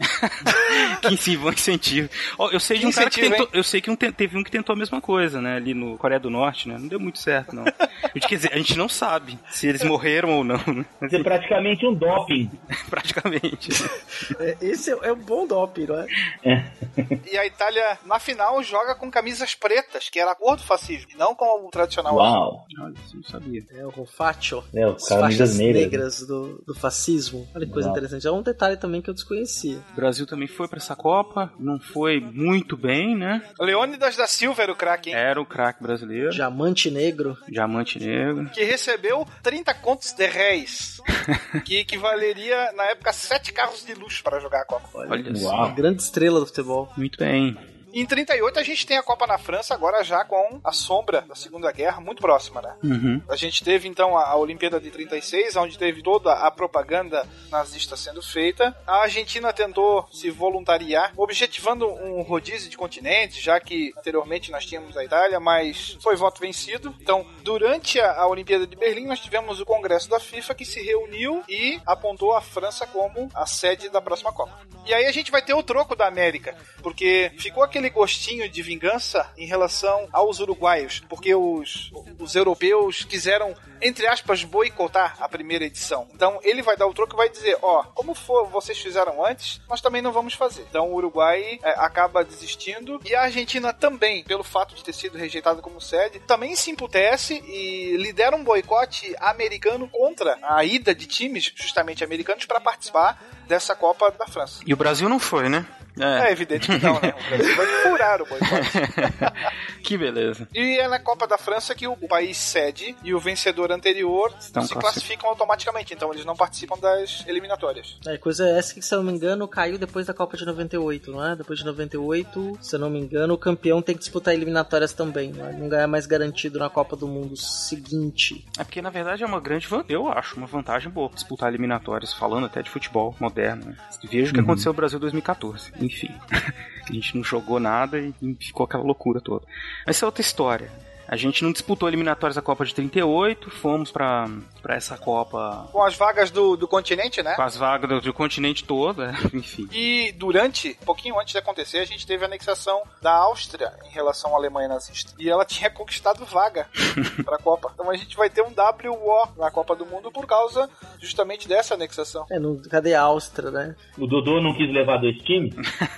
Que sim, bom incentivo. Oh, eu sei de
Que
um cara que
incentivo,
tentou,
hein?
eu sei que um, teve um que tentou a mesma coisa, né, ali no Coreia do Norte, né, não deu muito certo, não. Quer dizer, a gente não sabe se eles morreram ou não, né?
Isso é praticamente um doping.
Praticamente.
É, esse é, é um bom doping, não é?
É.
E a Itália, na final, joga com camisas pretas, que era a cor do fascismo, e não com o tradicional azul.
Uau.
Olha, isso eu não sabia.
É o Rofaccio.
É,
As
os camisas
faixas
negras.
negras do, do fascismo. Olha que coisa
Uau.
interessante. É um detalhe também que eu desconhecia.
O Brasil também foi pra essa Copa, não foi muito bem, né?
Leônidas da Silva era o craque, hein?
Era o craque brasileiro.
Diamante negro.
Diamante negro.
Que recebeu trinta contos de réis, que equivaleria, na época, sete carros de luxo para jogar a Copa.
Olha só.
Uau.
Grande estrela do futebol.
Muito bem.
Em trinta e oito a gente tem a Copa na França, agora já com a sombra da Segunda Guerra muito próxima, né?
Uhum.
A gente teve então a, a Olimpíada de trinta e seis, onde teve toda a propaganda nazista sendo feita. A Argentina tentou se voluntariar, objetivando um rodízio de continentes, já que anteriormente nós tínhamos a Itália, mas foi voto vencido. Então, durante a, a Olimpíada de Berlim, nós tivemos o Congresso da FIFA que se reuniu e apontou a França como a sede da próxima Copa. E aí a gente vai ter o troco da América, porque ficou aquele gostinho de vingança em relação aos uruguaios, porque os, os europeus quiseram, entre aspas, boicotar a primeira edição. Então ele vai dar o troco e vai dizer, ó, como for, vocês fizeram antes, nós também não vamos fazer. Então o Uruguai é, acaba desistindo, e a Argentina também, pelo fato de ter sido rejeitada como sede, também se emputece e lidera um boicote americano contra a ida de times, justamente americanos, para participar dessa Copa da França.
E o Brasil não foi, né?
É, é evidente que não, né? O Brasil vai furar o boicote.
Que beleza.
E é na Copa da França que o país cede e o vencedor anterior
Estão
se classificam automaticamente, então eles não participam das eliminatórias.
É, coisa essa que, se eu não me engano, caiu depois da Copa de noventa e oito, não é? Depois de noventa e oito, se eu não me engano, o campeão tem que disputar eliminatórias também, não é? Não ganha mais garantido na Copa do Mundo seguinte.
É porque, na verdade, é uma grande vantagem, eu acho, uma vantagem boa disputar eliminatórias, falando até de futebol moderno, né? Veja o que
Uhum.
aconteceu no Brasil em dois mil e catorze. Enfim, a gente não jogou nada e ficou aquela loucura toda. Mas essa é outra história. A gente não disputou eliminatórias da Copa de trinta e oito, fomos pra, pra essa Copa
Com as vagas do, do continente, né?
com as vagas do, do continente todo, é, enfim.
E durante, um pouquinho antes de acontecer, a gente teve a anexação da Áustria em relação à Alemanha nazista. E ela tinha conquistado vaga pra Copa. Então a gente vai ter um W O na Copa do Mundo por causa justamente dessa anexação.
É, no, cadê a Áustria, né?
O Dodô não quis levar dois times?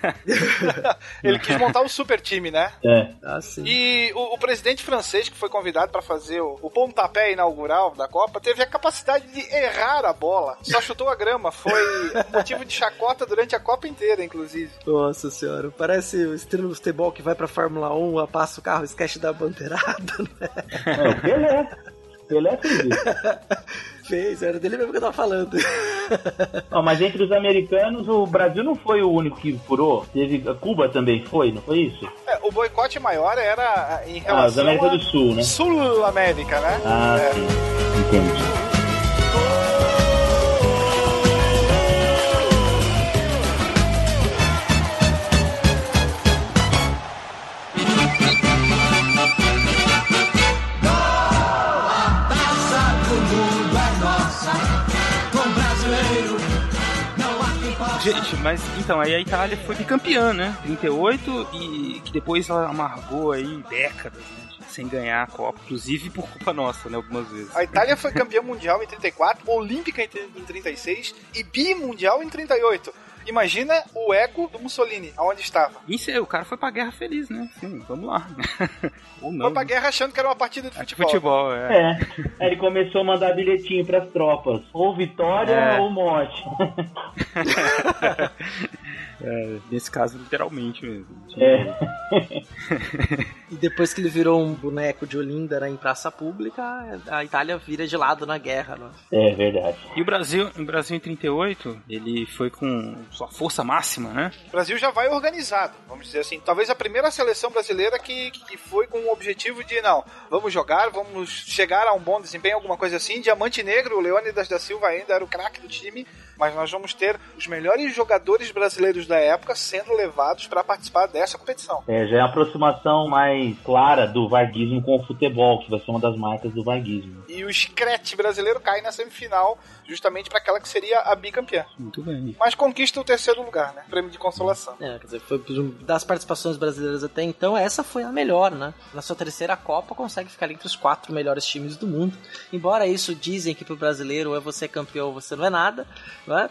Ele quis montar o super time, né?
É.
Ah, sim.
E o, o presidente francês, que foi convidado para fazer o, o pontapé inaugural da Copa, teve a capacidade de errar a bola. Só chutou a grama. Foi motivo de chacota durante a Copa inteira, inclusive.
Nossa senhora, parece o estrela do futebol que vai pra Fórmula um, passa o carro, esquece da bandeirada, né?
É o Pelé. Pelé fez isso.
Fez, era dele mesmo que eu tava falando.
Não, mas entre os americanos, o Brasil não foi o único que furou. Teve, Cuba também foi, não foi isso?
É, o boicote maior era em
Ah, os
relação
América
a
do Sul, né?
Sul-América, né?
Ah,
É.
sim. Entendi.
Gente, mas então, aí a Itália foi bicampeã, né? trinta e oito e que depois ela amargou aí décadas, né? Sem ganhar a Copa, inclusive por culpa nossa, né, algumas vezes.
A Itália foi campeã mundial em trinta e quatro, olímpica em trinta e seis e bimundial em trinta e oito. Imagina o ego do Mussolini, aonde estava.
Isso aí, o cara foi pra guerra feliz, né? Sim, vamos lá. Ou não.
Foi pra guerra achando que era uma partida de futebol.
Futebol, é.
É, ele começou a mandar bilhetinho pras tropas. Ou vitória
É.
ou morte.
É, nesse caso, literalmente mesmo.
É.
E depois que ele virou um boneco de Olinda, né, em praça pública, a Itália vira de lado na guerra, né?
É verdade.
E o Brasil, o Brasil em trinta e oito, ele foi com sua força máxima, né?
O Brasil já vai organizado, vamos dizer assim. Talvez a primeira seleção brasileira que, que foi com o objetivo de, não, vamos jogar, vamos chegar a um bom desempenho, alguma coisa assim. Diamante Negro, o Leônidas da Silva ainda era o craque do time, mas nós vamos ter os melhores jogadores brasileiros da época sendo levados para participar dessa competição.
É, já é a aproximação mais clara do varguismo com o futebol, que vai ser uma das marcas do varguismo.
E o Screte brasileiro cai na semifinal, justamente para aquela que seria a bicampeã.
Muito bem.
Mas conquista o terceiro lugar, né? Prêmio de consolação.
É, quer dizer, foi das participações brasileiras até então, essa foi a melhor, né? Na sua terceira Copa, consegue ficar entre os quatro melhores times do mundo. Embora isso dizem que pro brasileiro ou é você campeão ou você não é nada, né?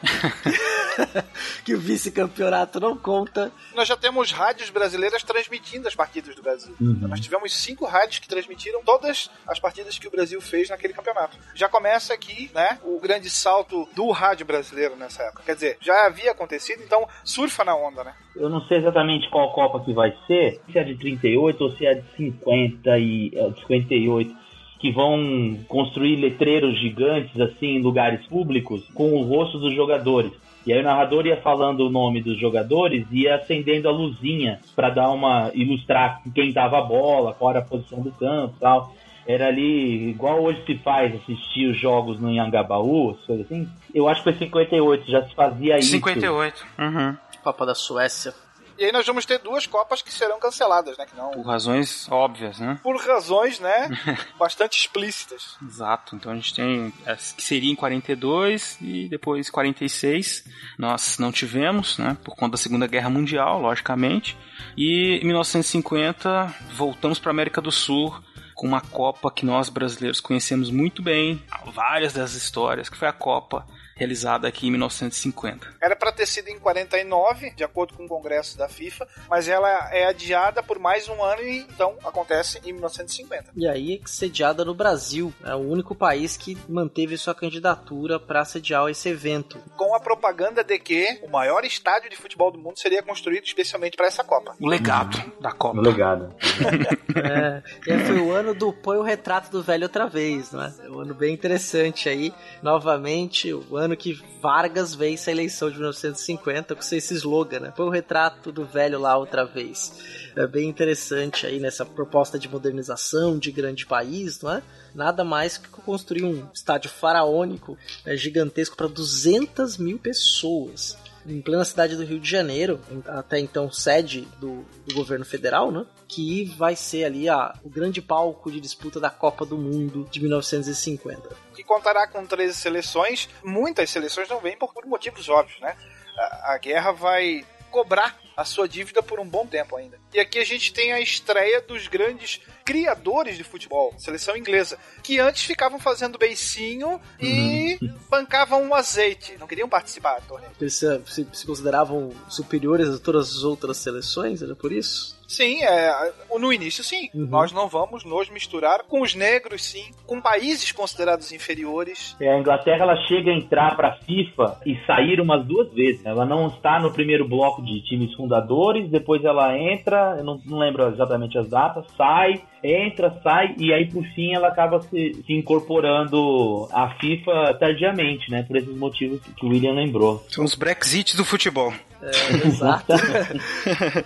Que o vice-campeonato não conta.
Nós já temos rádios brasileiras transmitindo as partidas do Brasil.
Uhum.
Nós tivemos cinco rádios que transmitiram todas as partidas que o Brasil fez naquele campeonato. Já começa aqui, né, o grande salto do rádio brasileiro nessa época. Quer dizer, já havia acontecido, então surfa na onda, né?
Eu não sei exatamente qual Copa que vai ser, se é de trinta e oito ou se é de cinquenta e, é, de cinquenta e oito, que vão construir letreiros gigantes assim em lugares públicos com os rostos dos jogadores. E aí o narrador ia falando o nome dos jogadores e ia acendendo a luzinha para dar uma ilustrar quem dava a bola, qual era a posição do campo e tal. Era ali, igual hoje se faz, assistir os jogos no Anhangabaú, coisas assim. Eu acho que foi cinquenta e oito, já se fazia isso.
cinquenta e oito. Uhum.
Copa da Suécia.
E aí nós vamos ter duas Copas que serão canceladas, né? Que não...
Por razões óbvias, né?
Por razões, né? Bastante explícitas.
Exato. Então a gente tem as que seria em quarenta e dois e depois quarenta e seis. Nós não tivemos, né? Por conta da Segunda Guerra Mundial, logicamente. E em mil novecentos e cinquenta voltamos para a América do Sul com uma Copa que nós brasileiros conhecemos muito bem, várias das histórias, que foi a Copa realizada aqui em mil novecentos e cinquenta.
Era para ter sido em quarenta e nove, de acordo com o Congresso da FIFA, mas ela é adiada por mais um ano e então acontece em mil novecentos e cinquenta.
E aí, sediada no Brasil. É o único país que manteve sua candidatura para sediar esse evento.
Com a propaganda de que o maior estádio de futebol do mundo seria construído especialmente para essa Copa.
O legado da Copa.
O legado.
É, e aí foi o ano do põe o retrato do velho outra vez, né? É um ano bem interessante aí. Novamente, o ano que Vargas vence a eleição de mil novecentos e cinquenta com esse slogan, né? Põe o retrato do velho lá outra vez. É bem interessante aí nessa proposta de modernização de grande país, não é? Nada mais que construir um estádio faraônico, né, gigantesco para duzentas mil pessoas. Em plena cidade do Rio de Janeiro, até então sede do, do governo federal, né? Que vai ser ali a, o grande palco de disputa da Copa do Mundo de mil novecentos e cinquenta.
Que contará com treze seleções. Muitas seleções não vêm por, por motivos óbvios, né? A, a guerra vai cobrar a sua dívida por um bom tempo ainda. E aqui a gente tem a estreia dos grandes criadores de futebol, seleção inglesa, que antes ficavam fazendo beicinho e uhum. bancavam um azeite. Não queriam participar do torneio.
Eles se, se, se consideravam superiores a todas as outras seleções, era por isso?
Sim, é, no início sim. Uhum. Nós não vamos nos misturar com os negros, sim, com países considerados inferiores.
É, a Inglaterra ela chega a entrar para a FIFA e sair umas duas vezes. Ela não está no primeiro bloco de times fundadores, depois ela entra, eu não, não lembro exatamente as datas, sai, entra, sai, e aí por fim ela acaba se, se incorporando à FIFA tardiamente, né? Por esses motivos que o William lembrou.
São os Brexit do futebol.
É, exato.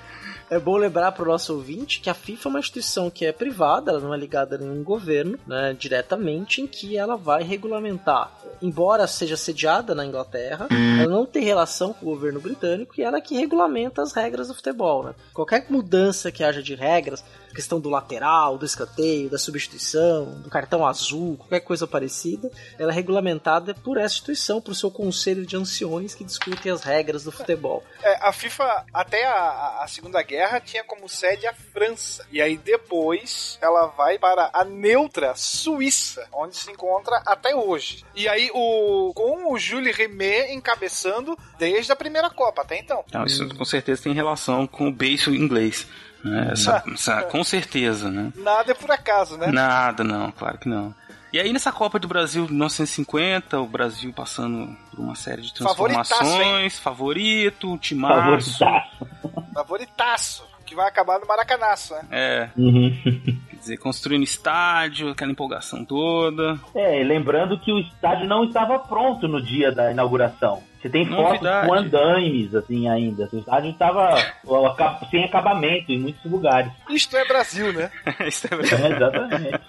É bom lembrar para o nosso ouvinte que a FIFA é uma instituição que é privada, ela não é ligada a nenhum governo, né, diretamente, em que ela vai regulamentar. Embora seja sediada na Inglaterra, ela não tem relação com o governo britânico e ela é que regulamenta as regras do futebol. Né? Qualquer mudança que haja de regras, questão do lateral, do escanteio, da substituição, do cartão azul, qualquer coisa parecida, ela é regulamentada por essa instituição, por seu conselho de anciões que discutem as regras do futebol.
É, a FIFA, até a, a Segunda Guerra, tinha como sede a França. E aí depois ela vai para a neutra Suíça, onde se encontra até hoje. E aí o, com o Jules Rimet encabeçando desde a primeira Copa, até então.
Não, isso com certeza tem relação com o beiço inglês. Né? Essa, essa, com certeza, né?
Nada é por acaso, né?
Nada, não, claro que não. E aí nessa Copa do Brasil de mil novecentos e cinquenta, o Brasil passando por uma série de transformações, favorito, timaço.
Favoritaço.
Favoritaço, que vai acabar no Maracanaço, né?
É.
Uhum.
Quer dizer, construindo estádio, aquela empolgação toda.
É, lembrando que o estádio não estava pronto no dia da inauguração. Você tem fotos
Novidade.
com andaimes, assim, ainda. O estádio estava sem acabamento em muitos lugares.
Isto é Brasil, né?
Isso é verdade.
É, exatamente.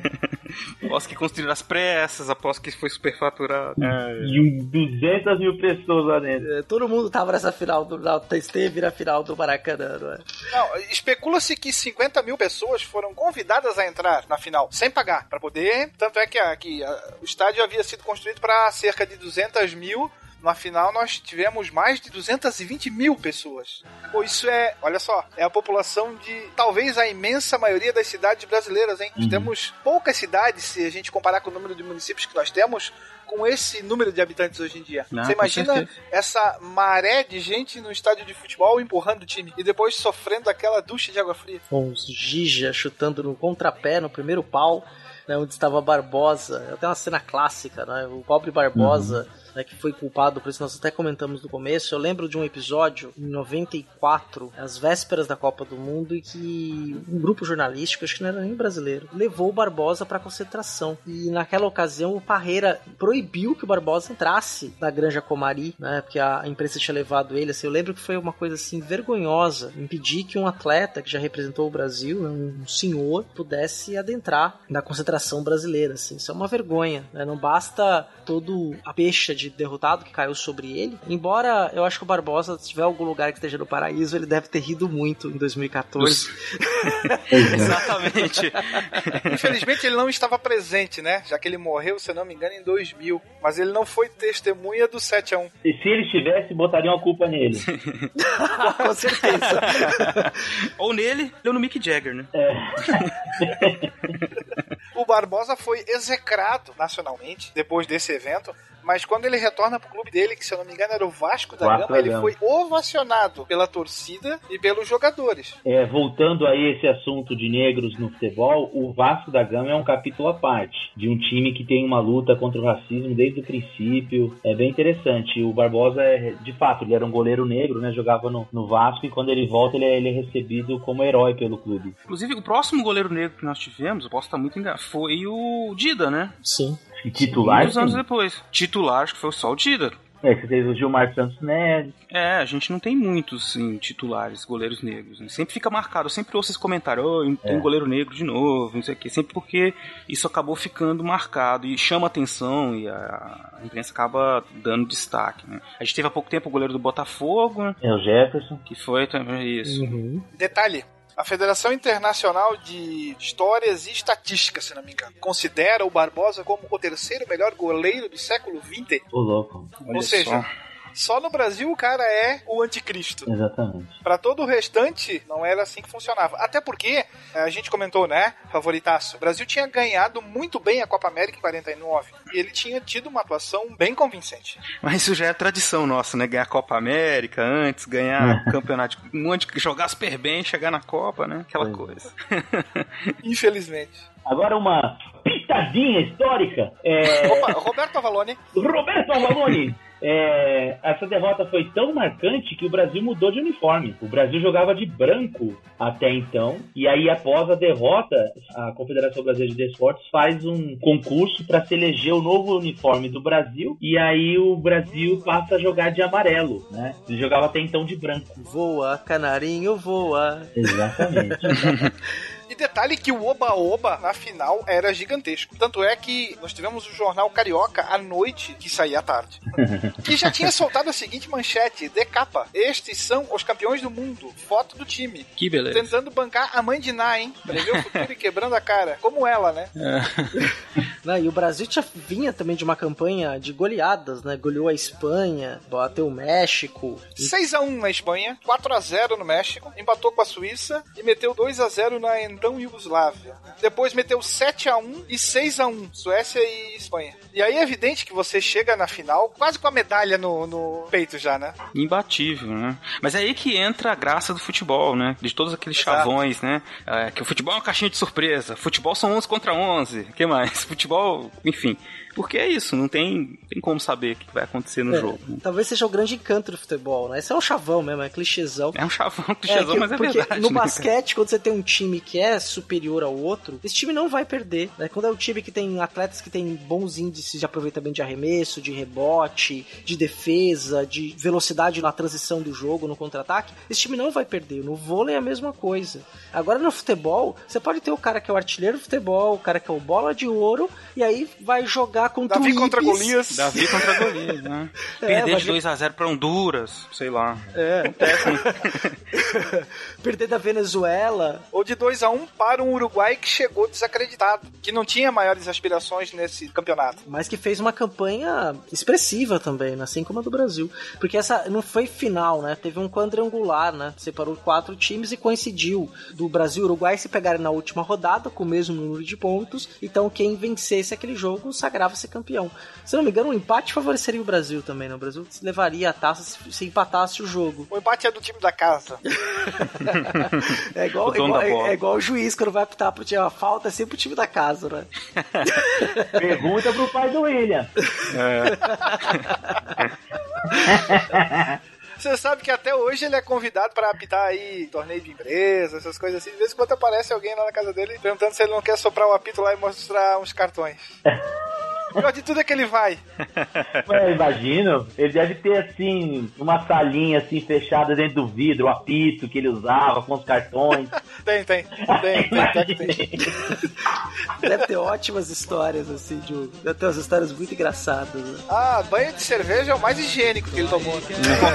Após que construíram as pressas, após que foi superfaturado. É.
E duzentas mil pessoas lá dentro.
É, todo mundo tava nessa final, do, na, esteve na final do Maracanã, não é?
Não, especula-se que cinquenta mil pessoas foram convidadas a entrar na final, sem pagar, para poder... Tanto é que, a, que a, o estádio havia sido construído para cerca de duzentas mil. Na final, nós tivemos mais de duzentas e vinte mil pessoas. Pô, isso é, olha só, é a população de talvez a imensa maioria das cidades brasileiras, hein? Nós
Uhum.
temos poucas cidades, se a gente comparar com o número de municípios que nós temos, com esse número de habitantes hoje em dia.
Ah,
Você
com
imagina
certeza.
essa maré de gente no estádio de futebol empurrando o time e depois sofrendo aquela ducha de água fria.
Com os Gija chutando no contrapé, no primeiro pau, né, onde estava Barbosa. Até uma cena clássica, né? O pobre Barbosa, uhum. né, que foi culpado por isso, nós até comentamos no começo. Eu lembro de um episódio em noventa e quatro, às vésperas da Copa do Mundo, em que um grupo jornalístico, acho que não era nem brasileiro, levou o Barbosa para concentração. E naquela ocasião o Parreira proibiu que o Barbosa entrasse na Granja Comari, né? Porque a imprensa tinha levado ele. Assim, eu lembro que foi uma coisa assim vergonhosa impedir que um atleta que já representou o Brasil, né, um senhor, pudesse adentrar na concentração brasileira, assim. Isso é uma vergonha, né? Não basta todo a pecha de derrotado que caiu sobre ele. Embora eu acho que o Barbosa, se tiver algum lugar que esteja no paraíso, ele deve ter rido muito em dois mil e catorze.
Exatamente.
Infelizmente ele não estava presente, né? Já que ele morreu, se não me engano, em dois mil. Mas ele não foi testemunha do sete a um.
E se ele estivesse, botariam a culpa nele.
Com certeza.
Ou nele, ou no Mick Jagger, né?
É.
O Barbosa foi execrado nacionalmente depois desse evento, mas quando ele retorna pro clube dele, que se eu não me engano era o Vasco da
Vasco
Gama,
da
ele
Gama.
foi ovacionado pela torcida e pelos jogadores.
É, voltando a esse assunto de negros no futebol, o Vasco da Gama é um capítulo à parte, de um time que tem uma luta contra o racismo desde o princípio. É bem interessante. O Barbosa, é, de fato, ele era um goleiro negro, né? Jogava no, no Vasco, e quando ele volta, ele é, ele é recebido como herói pelo clube.
Inclusive, o próximo goleiro negro que nós tivemos, eu posso estar muito enganado, foi o Dida, né?
Sim.
E titular,
Muitos anos
sim.
depois. Titular, acho que foi só o Dida.
É, você teve o Gilmar Santos Neves.
É, a gente não tem muitos, assim, titulares, goleiros negros. Né? Sempre fica marcado, eu sempre ouço esse comentário, oh, tem
É.
um goleiro negro de novo, não sei o quê. Sempre porque isso acabou ficando marcado e chama atenção e a imprensa acaba dando destaque, né? A gente teve há pouco tempo o goleiro do Botafogo, né?
É o Jefferson.
Que foi também isso.
Uhum.
Detalhe, a Federação Internacional de Histórias e Estatística, se não me engano, considera o Barbosa como o terceiro melhor goleiro do século vinte.
Ô, louco.
Olha
Ou seja,
só.
só no Brasil o cara é o anticristo.
Exatamente.
Pra todo o restante, não era assim que funcionava. Até porque, a gente comentou, né, favoritaço, o Brasil tinha ganhado muito bem a Copa América em quarenta e nove. E ele tinha tido uma atuação bem convincente.
Mas isso já é tradição nossa, né? Ganhar a Copa América antes, ganhar campeonato, um monte, jogar super bem, chegar na Copa, né? Aquela
Pois
coisa.
Infelizmente.
Agora uma pitadinha histórica. É...
Opa, Roberto Avalone.
Roberto Avalone, é, essa derrota foi tão marcante que o Brasil mudou de uniforme. O Brasil jogava de branco até então, e aí após a derrota, a Confederação Brasileira de Desportos faz um concurso para se eleger o novo uniforme do Brasil, e aí o Brasil passa a jogar de amarelo, né? Ele jogava até então de branco.
Voa, canarinho, voa.
Exatamente.
E detalhe que o Oba-Oba, na final, era gigantesco. Tanto é que nós tivemos o jornal Carioca à noite, que saía à tarde. Que já tinha soltado a seguinte manchete, de capa. Estes são os campeões do mundo. Foto do time.
Que beleza.
Tentando bancar a mãe de Ná, hein? Prevê o futuro e quebrando a cara. Como ela, né?
É. Não, e o Brasil já vinha também de uma campanha de goleadas, né? Goleou a Espanha, bateu o México.
seis a um na Espanha, quatro a zero no México, empatou com a Suíça e meteu dois a zero na então Iugoslávia. Depois meteu sete a um e seis a um, Suécia e Espanha. E aí é evidente que você chega na final quase com a medalha no, no peito já, né?
Imbatível, né? Mas é aí que entra a graça do futebol, né? De todos aqueles
Exato.
chavões, né? É, que o futebol é uma caixinha de surpresa. Futebol são onze contra onze. O que mais? Futebol, enfim... Porque é isso, não tem, tem como saber o que vai acontecer no
é,
jogo. Né?
Talvez seja o grande encanto do futebol, né? Esse é um chavão mesmo, é clichêzão.
É um chavão, clichêzão,
é, que,
mas é
porque
verdade.
No
né?
basquete, quando você tem um time que é superior ao outro, esse time não vai perder, né? Quando é um time que tem atletas que tem bons índices de aproveitamento de arremesso, de rebote, de defesa, de velocidade na transição do jogo, no contra-ataque, esse time não vai perder. No vôlei é a mesma coisa. Agora no futebol, você pode ter o cara que é o artilheiro do futebol, o cara que é o bola de ouro, e aí vai jogar contra
Davi
o
contra Golias.
Davi contra Golias, né?
É,
Perder
mas...
de dois a zero pra Honduras, sei lá.
É, perder da Venezuela.
Ou de dois a um para um Uruguai que chegou desacreditado, que não tinha maiores aspirações nesse campeonato.
Mas que fez uma campanha expressiva também, né? Assim como a do Brasil. Porque essa não foi final, né? Teve um quadrangular, né? Separou quatro times e coincidiu do Brasil e Uruguai se pegarem na última rodada com o mesmo número de pontos. Então quem vencesse aquele jogo sagrava-se campeão. Se não me engano, um empate favoreceria o Brasil também, né? O Brasil levaria a taça se, se empatasse o jogo.
O empate é do time da casa.
É igual, igual, é, é igual o juiz quando vai apitar pro time. A falta é sempre o time da casa, né?
Pergunta pro pai do William.
É. Você sabe que até hoje ele é convidado para apitar aí torneio de empresa, essas coisas assim. De vez em quando aparece alguém lá na casa dele perguntando se ele não quer soprar o apito lá e mostrar uns cartões. O pior de tudo é que ele vai.
Eu imagino, ele deve ter assim, uma salinha assim fechada dentro do vidro, o apito que ele usava com os cartões.
Tem, tem, tem, tem, tem, tem.
Deve ter ótimas histórias assim, de... deve ter umas histórias muito engraçadas, né?
Ah, banho de cerveja é o mais higiênico que ele tomou, né?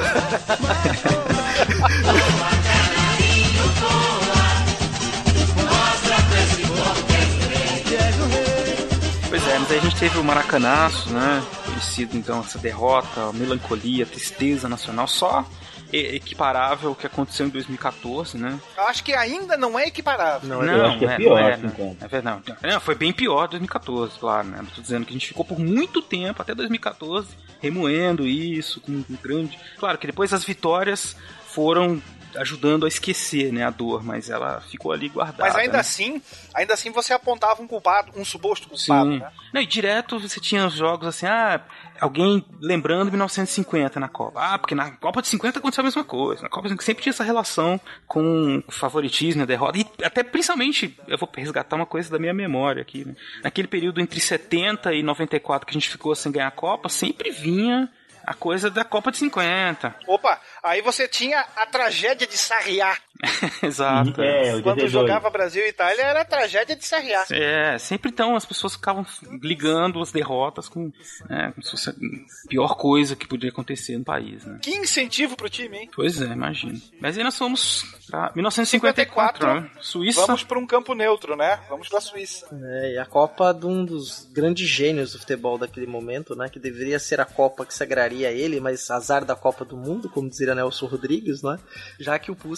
Pois é, mas aí a gente teve o Maracanaço, né? Conhecido então essa derrota, a melancolia, a tristeza nacional, só equiparável ao que aconteceu em dois mil e quatorze, né?
Eu acho que ainda não é equiparável.
Não,
não
não,
eu acho que é
é,
pior,
não é,
assim,
não. É verdade. Não, foi bem pior dois mil e quatorze, claro, né? Tô dizendo que a gente ficou por muito tempo, até dois mil e quatorze, remoendo isso, com um grande... Claro que depois as vitórias foram ajudando a esquecer, né, a dor, mas ela ficou ali guardada.
Mas ainda
né?
assim, ainda assim você apontava um culpado, um suposto culpado,
Sim.
né?
Não, e direto você tinha os jogos assim, ah, alguém lembrando mil novecentos e cinquenta na Copa. Ah, porque na Copa de cinquenta aconteceu a mesma coisa. Na Copa de cinquenta sempre tinha essa relação com o favoritismo, a derrota. E até principalmente, eu vou resgatar uma coisa da minha memória aqui, né? Naquele período entre setenta e noventa e quatro que a gente ficou sem ganhar a Copa, sempre vinha a coisa da Copa de cinquenta.
Opa, aí você tinha a tragédia de Sarriá.
Exato.
É,
Quando jogava Brasil e Itália, era a tragédia de Sarriá.
É, sempre então as pessoas ficavam ligando as derrotas com, né, como se fosse a pior coisa que podia acontecer no país, né?
Que incentivo pro time, hein?
Pois é, imagino. Mas aí nós fomos pra mil novecentos e cinquenta e quatro, né? Suíça.
Vamos pra um campo neutro, né? Vamos pra Suíça.
É, e a Copa de um dos grandes gênios do futebol daquele momento, né? Que deveria ser a Copa que sagraria ele, mas azar da Copa do Mundo, como diria Nelson Rodrigues, né? Já que o Puskás não se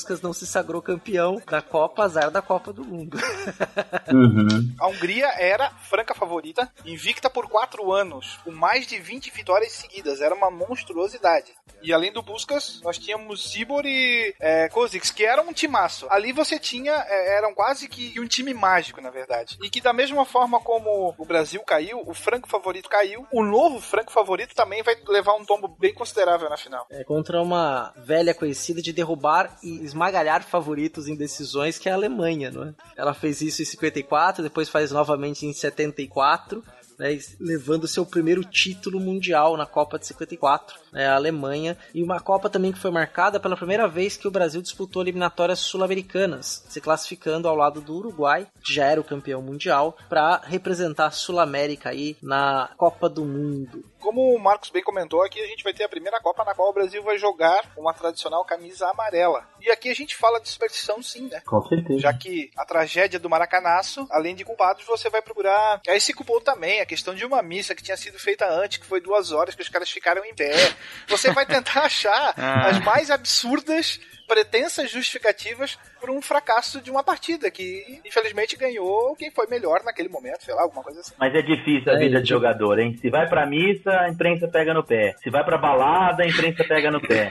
sagrou campeão da Copa, azar da Copa do Mundo.
Uhum. A Hungria era franca favorita, invicta por quatro anos, com mais de vinte vitórias seguidas. Era uma monstruosidade. E além do Puskás, nós tínhamos Zibor e é, Kozics, que eram um timaço. Ali você tinha, é, eram quase que um time mágico, na verdade. E que da mesma forma como o Brasil caiu, o franco favorito caiu, o novo franco favorito também vai levar um tombo bem considerável na final.
É contra uma velha conhecida de derrubar e esmagalhar favoritos em decisões, que é a Alemanha, não é? Ela fez isso em cinquenta e quatro, depois faz novamente em setenta e quatro, né, levando seu primeiro título mundial na Copa de cinquenta e quatro, né, a Alemanha, e uma Copa também que foi marcada pela primeira vez que o Brasil disputou eliminatórias sul-americanas, se classificando ao lado do Uruguai, que já era o campeão mundial, para representar a Sul-América aí na Copa do Mundo.
Como o Marcos bem comentou, aqui a gente vai ter a primeira Copa na qual o Brasil vai jogar uma tradicional camisa amarela. E aqui a gente fala de superstição sim, né?
Com certeza.
Já que a tragédia do Maracanaço, além de culpados, você vai procurar... Aí se culpou também a questão de uma missa que tinha sido feita antes, que foi duas horas que os caras ficaram em pé. Você vai tentar achar as mais absurdas, pretensas justificativas por um fracasso de uma partida que, infelizmente, ganhou quem foi melhor naquele momento, sei lá, alguma coisa assim.
Mas é difícil a
É,
vida
gente.
de jogador, hein? Se vai pra missa, a imprensa pega no pé. Se vai pra balada, a imprensa pega no pé.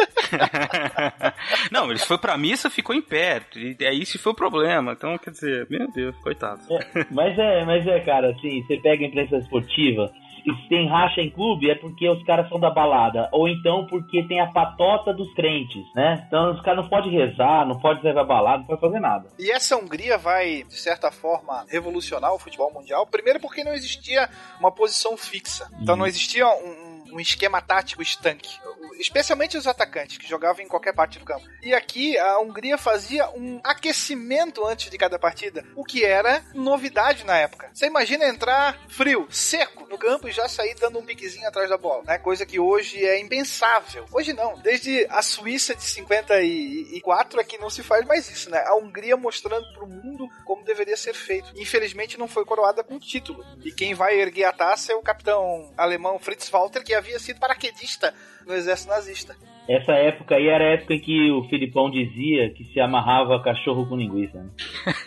Não, ele foi pra missa, ficou em pé. E aí esse foi o problema. Então, quer dizer, meu Deus, coitado.
É, mas é, mas é, cara, assim, você pega a imprensa esportiva, e se tem racha em clube é porque os caras são da balada, ou então porque tem a patota dos crentes, né? Então os caras não podem rezar, não podem levar balada, não podem fazer nada.
E essa Hungria vai, de certa forma, revolucionar o futebol mundial. Primeiro porque não existia uma posição fixa. Então não existia um, um esquema tático estanque. Especialmente os atacantes, que jogavam em qualquer parte do campo. E aqui a Hungria fazia um aquecimento antes de cada partida, o que era novidade na época. Você imagina entrar frio, seco no campo e já sair dando um piquezinho atrás da bola, né? Coisa que hoje é impensável. Hoje não. Desde a Suíça de cinquenta e quatro é que não se faz mais isso, né? A Hungria mostrando pro mundo como deveria ser feito. Infelizmente não foi coroada com título. E quem vai erguer a taça é o capitão alemão Fritz Walter, que havia sido paraquedista no exército nazista.
Essa época aí era a época em que o Filipão dizia que se amarrava cachorro com linguiça, né?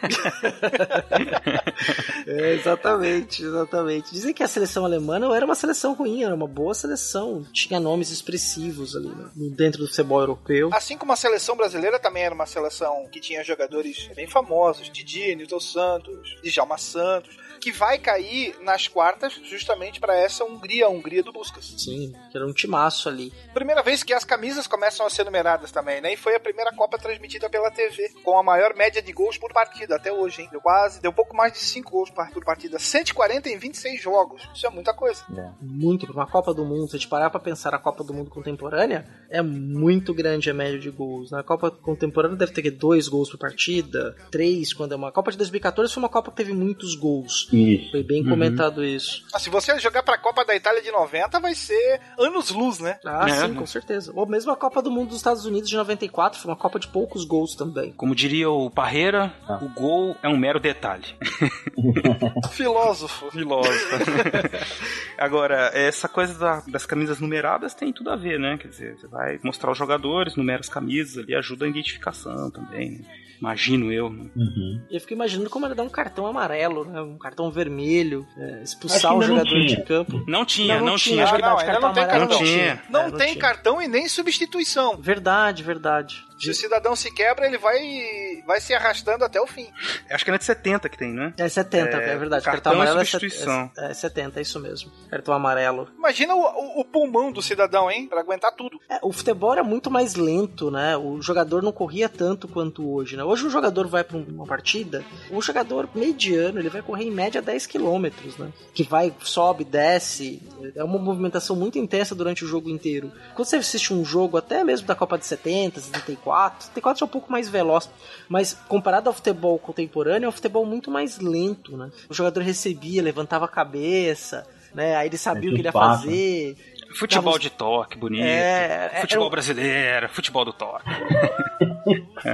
É, exatamente, exatamente. Dizem que a seleção alemã não era uma seleção ruim, era uma boa seleção. Tinha nomes expressivos ali, né, dentro do futebol europeu.
Assim como a seleção brasileira também era uma seleção que tinha jogadores bem famosos, Didi, Nilton Santos, Djalma Santos, que vai cair nas quartas justamente para essa Hungria, a Hungria do Puskás.
Sim, que era um timaço ali.
Primeira vez que as camisas começam a ser numeradas também, né? E foi a primeira Copa transmitida pela T V, com a maior média de gols por partida até hoje, hein? Deu quase, deu pouco mais de cinco gols por partida. cento e quarenta em vinte e seis jogos. Isso é muita coisa.
É.
Muito, pra uma Copa do Mundo, se a gente parar pra pensar a Copa do Mundo contemporânea, é muito grande a média de gols. Na Copa contemporânea deve ter dois gols por partida, três, quando é uma... A Copa de dois mil e quatorze foi uma Copa que teve muitos gols.
Isso.
Foi bem
Uhum.
comentado isso.
Ah, se você jogar pra Copa da Itália de noventa, vai ser anos-luz, né?
Ah,
É.
sim, com certeza. Ou mesmo a Copa do Mundo dos Estados Unidos de noventa e quatro, foi uma Copa de poucos gols também.
Como diria o Parreira,
Ah.
o gol é um mero detalhe.
Filósofo.
Filósofo. Agora, essa coisa da- das camisas numeradas tem tudo a ver, né? Quer dizer, você vai mostrar os jogadores, numera as camisas ali, ajuda a identificação também, né? Imagino eu, né?
Uhum.
Eu fico imaginando como era dar um cartão amarelo, né? Um cartão vermelho, é,
Acho
expulsar
que
o
ainda não
jogador
tinha.
de campo.
Não tinha,
Não,
não,
não
tinha.
tinha,
Acho
Ah,
que
não,
verdade,
ainda não tem
cartão
cartão.
amarelo não tinha.
Não
É, não
tem
tinha.
cartão e nem substituição.
Verdade, verdade.
Se o cidadão se quebra, ele vai, vai se arrastando até o fim.
Acho que é na de setenta que tem, né?
É setenta, é,
É,
verdade.
cartão e
amarelo
substituição.
é, set- é setenta, é isso mesmo. Cartão amarelo.
Imagina o, o- o pulmão do cidadão, hein? Pra aguentar tudo.
É, o futebol era muito mais lento, né? O jogador não corria tanto quanto hoje, né? Hoje o jogador vai pra uma partida, um jogador mediano, ele vai correr em média dez quilômetros, né? Que vai, sobe, desce. É uma movimentação muito intensa durante o jogo inteiro. Quando você assiste um jogo, até mesmo da Copa de setenta, setenta e quatro, setenta e quatro é um pouco mais veloz, mas comparado ao futebol contemporâneo, é um futebol muito mais lento, né? O jogador recebia, levantava a cabeça, né? Aí ele sabia
É,
o que ele ia
passa.
fazer.
Futebol
Tava-
de toque, bonito.
É, é,
futebol
é um-
brasileiro, futebol do toque.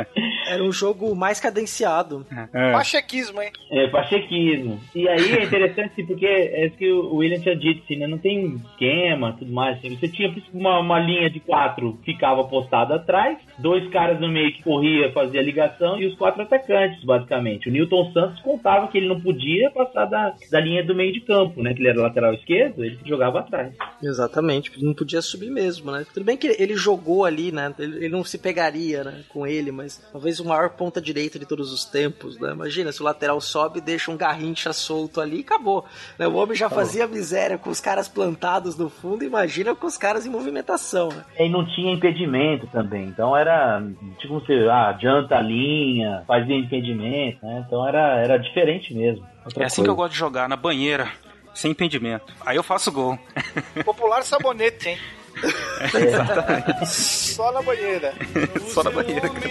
Era um jogo mais cadenciado.
É. Pachequismo, hein?
É, pachequismo. E aí é interessante porque é isso que o William tinha dito, assim, né? Não tem um esquema, tudo mais. Assim. Você tinha uma, uma linha de quatro que ficava postada atrás, dois caras no meio que corria, fazia ligação, e os quatro atacantes, basicamente. O Newton Santos contava que ele não podia passar da, da linha do meio de campo, né? Que ele era lateral esquerdo, ele jogava atrás.
Exatamente, não podia subir mesmo, né? Tudo bem que ele jogou ali, né? Ele, ele não se pegaria, né, com ele, mas talvez o maior ponta direita de todos os tempos, né? Imagina, se o lateral sobe, deixa um Garrincha solto ali e acabou. Né? O homem já fazia miséria com os caras plantados no fundo, imagina com os caras em movimentação, né?
E não tinha impedimento também, então era, tipo, você ah, adianta a linha, fazia impedimento, né? Então era, era diferente mesmo.
É assim coisa. Que eu gosto de jogar, na banheira, sem impedimento. Aí eu faço gol.
Popular sabonete, hein?
É, exatamente.
Só na banheira.
Só na banheira, cara.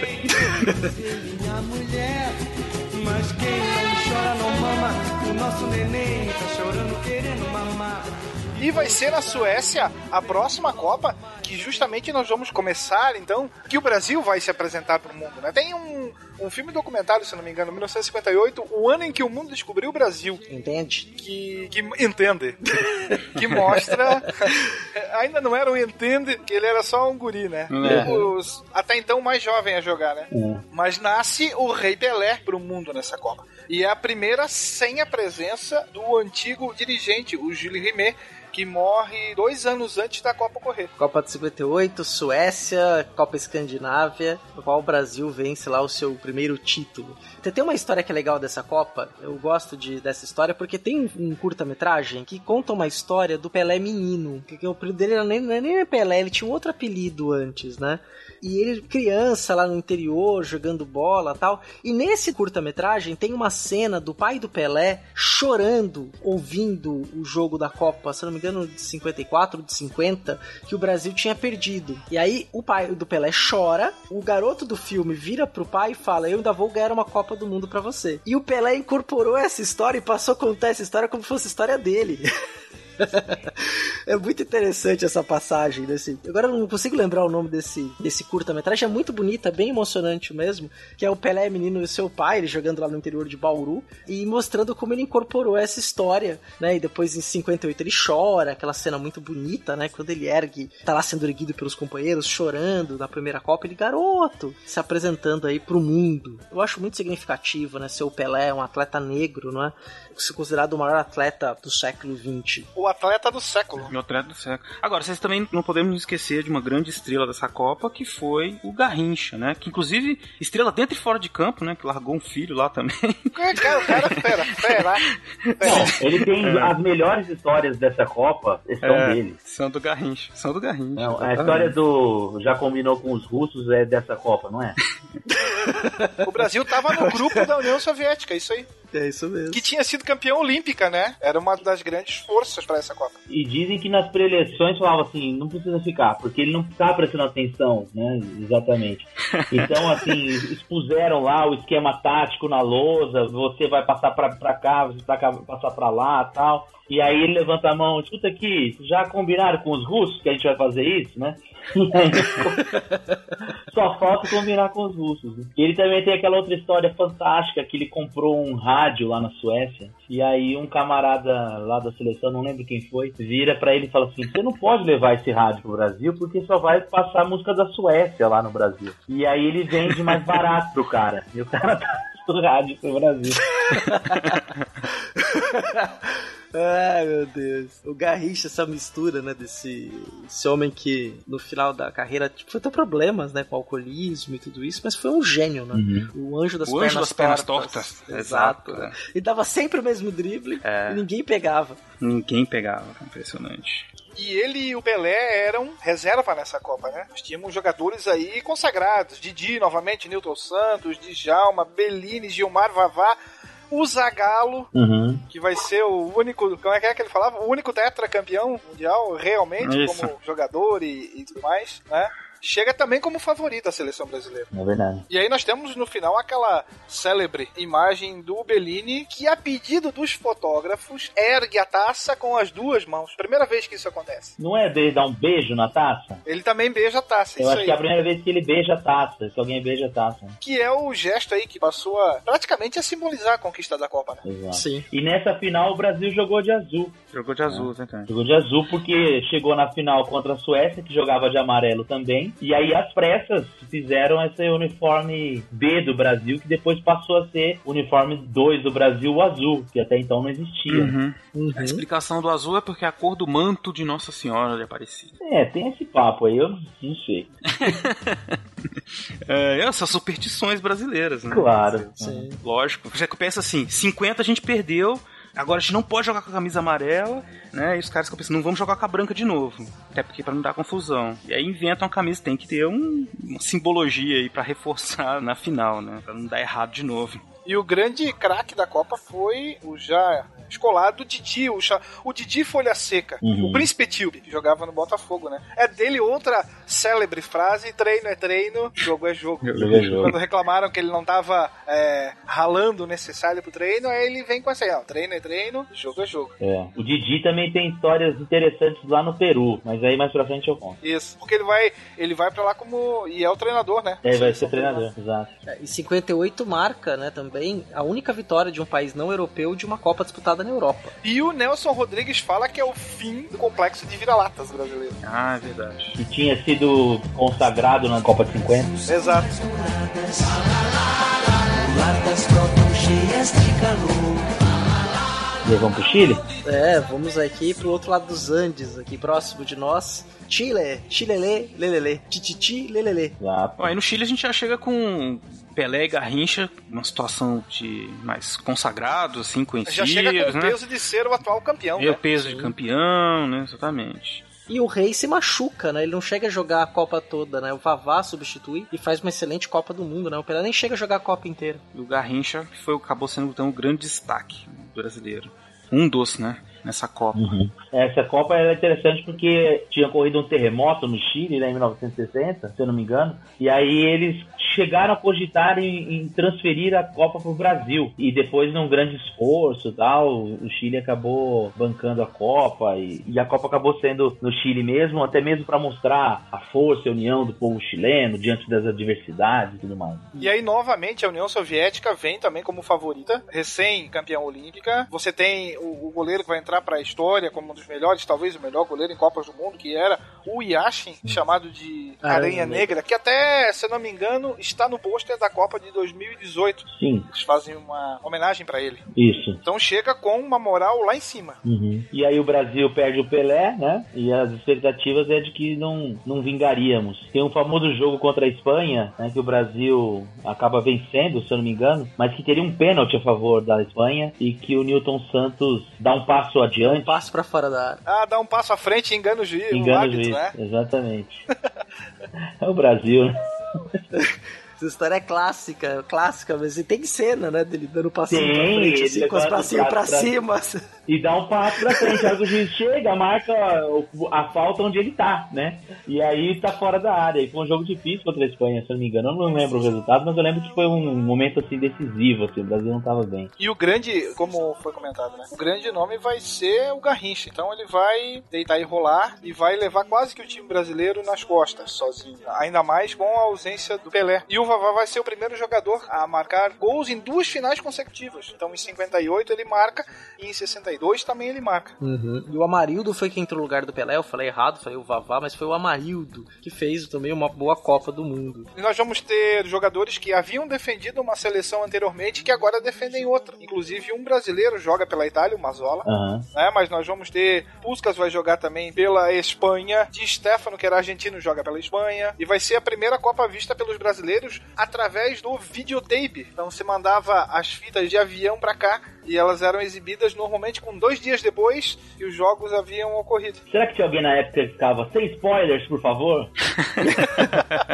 Minha mulher, mas quem não chora não mama. O nosso neném tá chorando querendo mamar.
E vai ser na Suécia a próxima Copa, que justamente nós vamos começar, então, que o Brasil vai se apresentar para o mundo, né? Tem um, um filme documentário, se não me engano, mil novecentos e cinquenta e oito, o ano em que o mundo descobriu o Brasil.
Entende?
Que, que entende. Que mostra... Ainda não era um entende, que ele era só um guri, né? É. Os, até então, mais jovem a jogar, né? É. Mas nasce o Rei Pelé para o mundo nessa Copa. E é a primeira sem a presença do antigo dirigente, o Jules Rimet, que morre dois anos antes da Copa ocorrer.
Copa de cinquenta e oito, Suécia, Copa Escandinávia, no qual o Brasil vence lá o seu primeiro título. Tem uma história que é legal dessa Copa, eu gosto de, dessa história, porque tem um curta-metragem que conta uma história do Pelé menino, que o apelido dele era nem, nem Pelé, ele tinha um outro apelido antes, né? E ele, criança, lá no interior, jogando bola e tal. E nesse curta-metragem tem uma cena do pai do Pelé chorando, ouvindo o jogo da Copa, se não me engano, de cinquenta e quatro, de cinquenta, que o Brasil tinha perdido. E aí o pai do Pelé chora, o garoto do filme vira pro pai e fala: eu ainda vou ganhar uma Copa do Mundo pra você. E o Pelé incorporou essa história e passou a contar essa história como se fosse a história dele. É muito interessante essa passagem desse... Agora eu não consigo lembrar o nome desse, desse curta-metragem. É muito bonita, bem emocionante mesmo, que é o Pelé menino e o seu pai, ele jogando lá no interior de Bauru, e mostrando como ele incorporou essa história, né? E depois em cinquenta e oito ele chora, aquela cena muito bonita, né? Quando ele ergue, tá lá sendo erguido pelos companheiros, chorando na primeira Copa, ele, garoto, se apresentando aí pro mundo. Eu acho muito significativo, né? Ser o Pelé, um atleta negro, não é? Se considerado o maior atleta do século vinte.
O atleta do século.
O atleta do século. Agora, vocês também não podemos esquecer de uma grande estrela dessa Copa, que foi o Garrincha, né? Que inclusive, estrela dentro e fora de campo, né? Que largou um filho lá também.
Cara, o cara, pera, pera.
Não, ele tem é. as melhores histórias dessa Copa, são
é,
dele.
São do Garrincha. São do Garrincha.
Não, a história do já combinou com os russos é dessa Copa, não é?
O Brasil tava no grupo da União Soviética, isso aí.
É isso mesmo.
Que tinha sido campeão olímpica, né? Era uma das grandes forças para essa Copa.
E dizem que nas pré-eleições falavam assim, não precisa ficar, porque ele não tá prestando atenção, né? Exatamente. Então, assim, expuseram lá o esquema tático na lousa, você vai passar pra, pra cá, você vai passar pra lá e tal. E aí ele levanta a mão, escuta aqui, já combinaram com os russos que a gente vai fazer isso, né? E aí, só falta combinar com os russos. Né? E ele também tem aquela outra história fantástica, que ele comprou um rádio lá na Suécia, e aí um camarada lá da seleção, não lembro quem foi, vira pra ele e fala assim, você não pode levar esse rádio pro Brasil, porque só vai passar a música da Suécia lá no Brasil. E aí ele vende mais barato pro cara, e o cara tá do rádio pro Brasil.
Ai, meu Deus. O Garrincha, essa mistura, né, desse esse homem que no final da carreira tipo, foi ter problemas, né, com alcoolismo e tudo isso, mas foi um gênio, né? Uhum. O anjo das,
o
pernas,
anjo das pernas
tortas.
tortas.
Exato.
Exato.
Né? E dava sempre o mesmo drible é. e ninguém pegava.
Ninguém pegava, impressionante.
E ele e o Pelé eram reserva nessa Copa, né? Nós tínhamos jogadores aí consagrados. Didi, novamente, Newton Santos, Djalma, Bellini, Gilmar, Vavá, o Zagallo, uhum. que vai ser o único, como é que é que ele falava? O único tetracampeão mundial, realmente,
Isso.
como jogador e, e tudo mais, né? chega também como favorita a seleção brasileira.
É verdade.
E aí nós temos no final aquela célebre imagem do Bellini, que a pedido dos fotógrafos ergue a taça com as duas mãos. Primeira vez que isso acontece.
Não é dele dar um beijo na taça?
Ele também beija a taça.
Eu
isso
acho
aí.
que é a primeira vez que ele beija a taça, que alguém beija a taça.
Que é o gesto aí que passou a, praticamente a simbolizar a conquista da Copa, né?
Exato.
Sim.
E nessa final o Brasil jogou de azul.
Jogou de azul, né, cara?
Jogou de azul porque chegou na final contra a Suécia, que jogava de amarelo também. E aí as pressas fizeram esse uniforme B do Brasil, que depois passou a ser o uniforme dois do Brasil, o azul, que até então não existia.
Uhum. Uhum. A explicação do azul é porque é a cor do manto de Nossa Senhora de Aparecida.
É, tem esse papo aí, eu não sei.
É, essas superstições brasileiras, né?
Claro.
Sim. Lógico. Você pensa assim, cinquenta a gente perdeu, agora a gente não pode jogar com a camisa amarela, né? E os caras ficam pensando, não vamos jogar com a branca de novo. Até porque pra não dar confusão. E aí inventam a camisa, tem que ter um, uma simbologia aí pra reforçar na final, né? Pra não dar errado de novo.
E o grande craque da Copa foi o já escolado Didi, o, cha... o Didi Folha Seca,
uhum.
o Príncipe Etíope, que jogava no Botafogo, né? É dele outra célebre frase, treino é treino, jogo é jogo.
jogo, é jogo.
Quando reclamaram que ele não tava é, ralando o necessário pro treino, aí ele vem com essa aí, ó, treino é treino, jogo é jogo.
É. O Didi também tem histórias interessantes lá no Peru, mas aí mais pra frente eu conto.
Isso, porque ele vai, ele vai pra lá como, e é o treinador, né?
É, vai ser treinador, exato.
É, e cinquenta e oito marca, né, também, a única vitória de um país não europeu de uma Copa disputada na Europa.
E o Nelson Rodrigues fala que é o fim do complexo de vira-latas brasileiro.
Ah, é verdade.
Que tinha sido consagrado na Copa de cinquenta.
Exato.
E vamos pro Chile?
É, vamos aqui pro outro lado dos Andes, aqui próximo de nós. Chile, chilelê, lelelê, tititi, lelelê.
Exato.
Aí no Chile a gente já chega com Pelé e Garrincha, uma situação de mais consagrados, assim, conhecidos,
já chega com o
né?
peso de ser o atual campeão,
E
né?
o peso de campeão, né? Exatamente.
E o Rei se machuca, né? Ele não chega a jogar a Copa toda, né? O Vavá substitui e faz uma excelente Copa do Mundo, né? O Pelé nem chega a jogar a Copa inteira.
E o Garrincha foi, acabou sendo então, um grande destaque brasileiro. Um dos, né? Nessa Copa.
Uhum. Essa Copa era interessante porque tinha ocorrido um terremoto no Chile, né, em mil novecentos e sessenta, se eu não me engano, e aí eles chegaram a cogitar em, em transferir a Copa para o Brasil, e depois, num grande esforço e tal, o Chile acabou bancando a Copa, e, e a Copa acabou sendo no Chile mesmo, até mesmo para mostrar a força e a união do povo chileno diante das adversidades e tudo mais.
E aí, novamente, a União Soviética vem também como favorita, recém-campeã olímpica. Você tem o, o goleiro que vai entrar para a história como um dos melhores, talvez o melhor goleiro em Copas do Mundo, que era o Yashin, chamado de Aranha Negra, que até, se eu não me engano, está no pôster da Copa de dois mil e dezoito.
Sim.
Eles fazem uma homenagem para ele.
Isso.
Então chega com uma moral lá em cima.
Uhum. E aí o Brasil perde o Pelé, né? E as expectativas é de que não, não vingaríamos. Tem um famoso jogo contra a Espanha, né, que o Brasil acaba vencendo, se eu não me engano, mas que teria um pênalti a favor da Espanha e que o Newton Santos dá um passo adiante.
Um passo pra fora da área.
Ah, dá um passo à frente e engana o juiz.
Engana o
árbitro,
juiz,
né?
exatamente. É o Brasil, né?
Essa história é clássica, clássica, mas e tem cena, né, dele dando passinho
Tem,
pra frente, assim,
ele
com os
levanta
passinhos
o
pra
braço pra-
cima.
E dá um passo pra frente. Aí o juiz chega, marca a falta onde ele tá, né? E aí tá fora da área. E foi um jogo difícil contra a Espanha, se eu não me engano. Eu não lembro o resultado, mas eu lembro que foi um momento assim decisivo, assim, o Brasil não tava bem.
E o grande, como foi comentado, né? O grande nome vai ser o Garrincha. Então ele vai deitar e rolar e vai levar quase que o time brasileiro nas costas, sozinho. Ainda mais com a ausência do Pelé. E o Vavá vai ser o primeiro jogador a marcar gols em duas finais consecutivas. Então em cinquenta e oito ele marca e em sessenta e dois também ele marca.
Uhum. E o Amarildo foi quem entrou no lugar do Pelé. Eu falei errado, falei o Vavá, mas foi o Amarildo que fez também uma boa Copa do Mundo.
E nós vamos ter jogadores que haviam defendido uma seleção anteriormente que agora defendem outra. Inclusive um brasileiro joga pela Itália, o Mazzola.
Uhum.
Né? Mas nós vamos ter Puskás vai jogar também pela Espanha. Di Stefano, que era argentino, joga pela Espanha. E vai ser a primeira Copa vista pelos brasileiros através do videotape. Então se mandava as fitas de avião pra cá e elas eram exibidas normalmente com dois dias depois que os jogos haviam ocorrido.
Será que tinha alguém na época que ficava sem spoilers, por favor?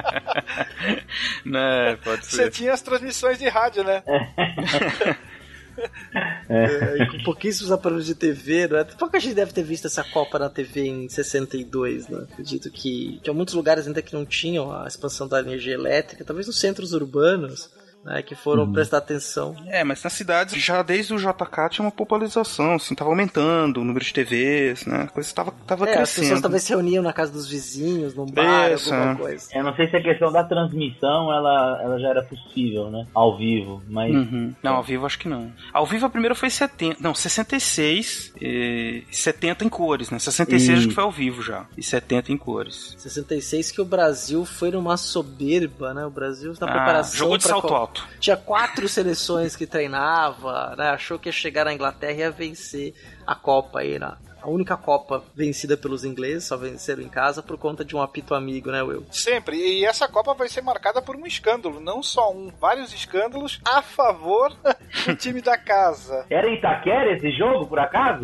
Né, pode
Você
ser.
tinha as transmissões de rádio, né?
É, com pouquíssimos aparelhos de T V, né? Pouca gente deve ter visto essa Copa na T V em sessenta e dois, né? Acredito que tinha muitos lugares ainda que não tinham a expansão da energia elétrica, talvez nos centros urbanos, né, que foram uhum. prestar atenção.
É, mas nas cidades, já desde o J K tinha uma popularização, assim, tava aumentando o número de T Vs, né, a coisa tava, tava
é,
crescendo.
As pessoas talvez se reuniam na casa dos vizinhos, num bar,
Isso,
alguma
é.
coisa.
Eu não sei se a questão da transmissão, ela, ela já era possível, né, ao vivo, mas...
Uhum. Não, ao vivo acho que não. Ao vivo a primeira foi setenta, não, sessenta e seis e setenta em cores, né, sessenta e seis e... acho que foi ao vivo já, e setenta em cores.
sessenta e seis que o Brasil foi numa soberba, né, o Brasil na
ah,
preparação...
Jogou de salto
qual...
alto.
Tinha quatro Quatro seleções que treinava, né? Achou que ia chegar na Inglaterra e ia vencer a Copa aí, né? A única Copa vencida pelos ingleses, só venceram em casa por conta de um apito amigo, né, Will?
Sempre. E essa Copa vai ser marcada por um escândalo. Não só um, vários escândalos a favor do time da casa.
Era em Itaquera esse jogo, por acaso?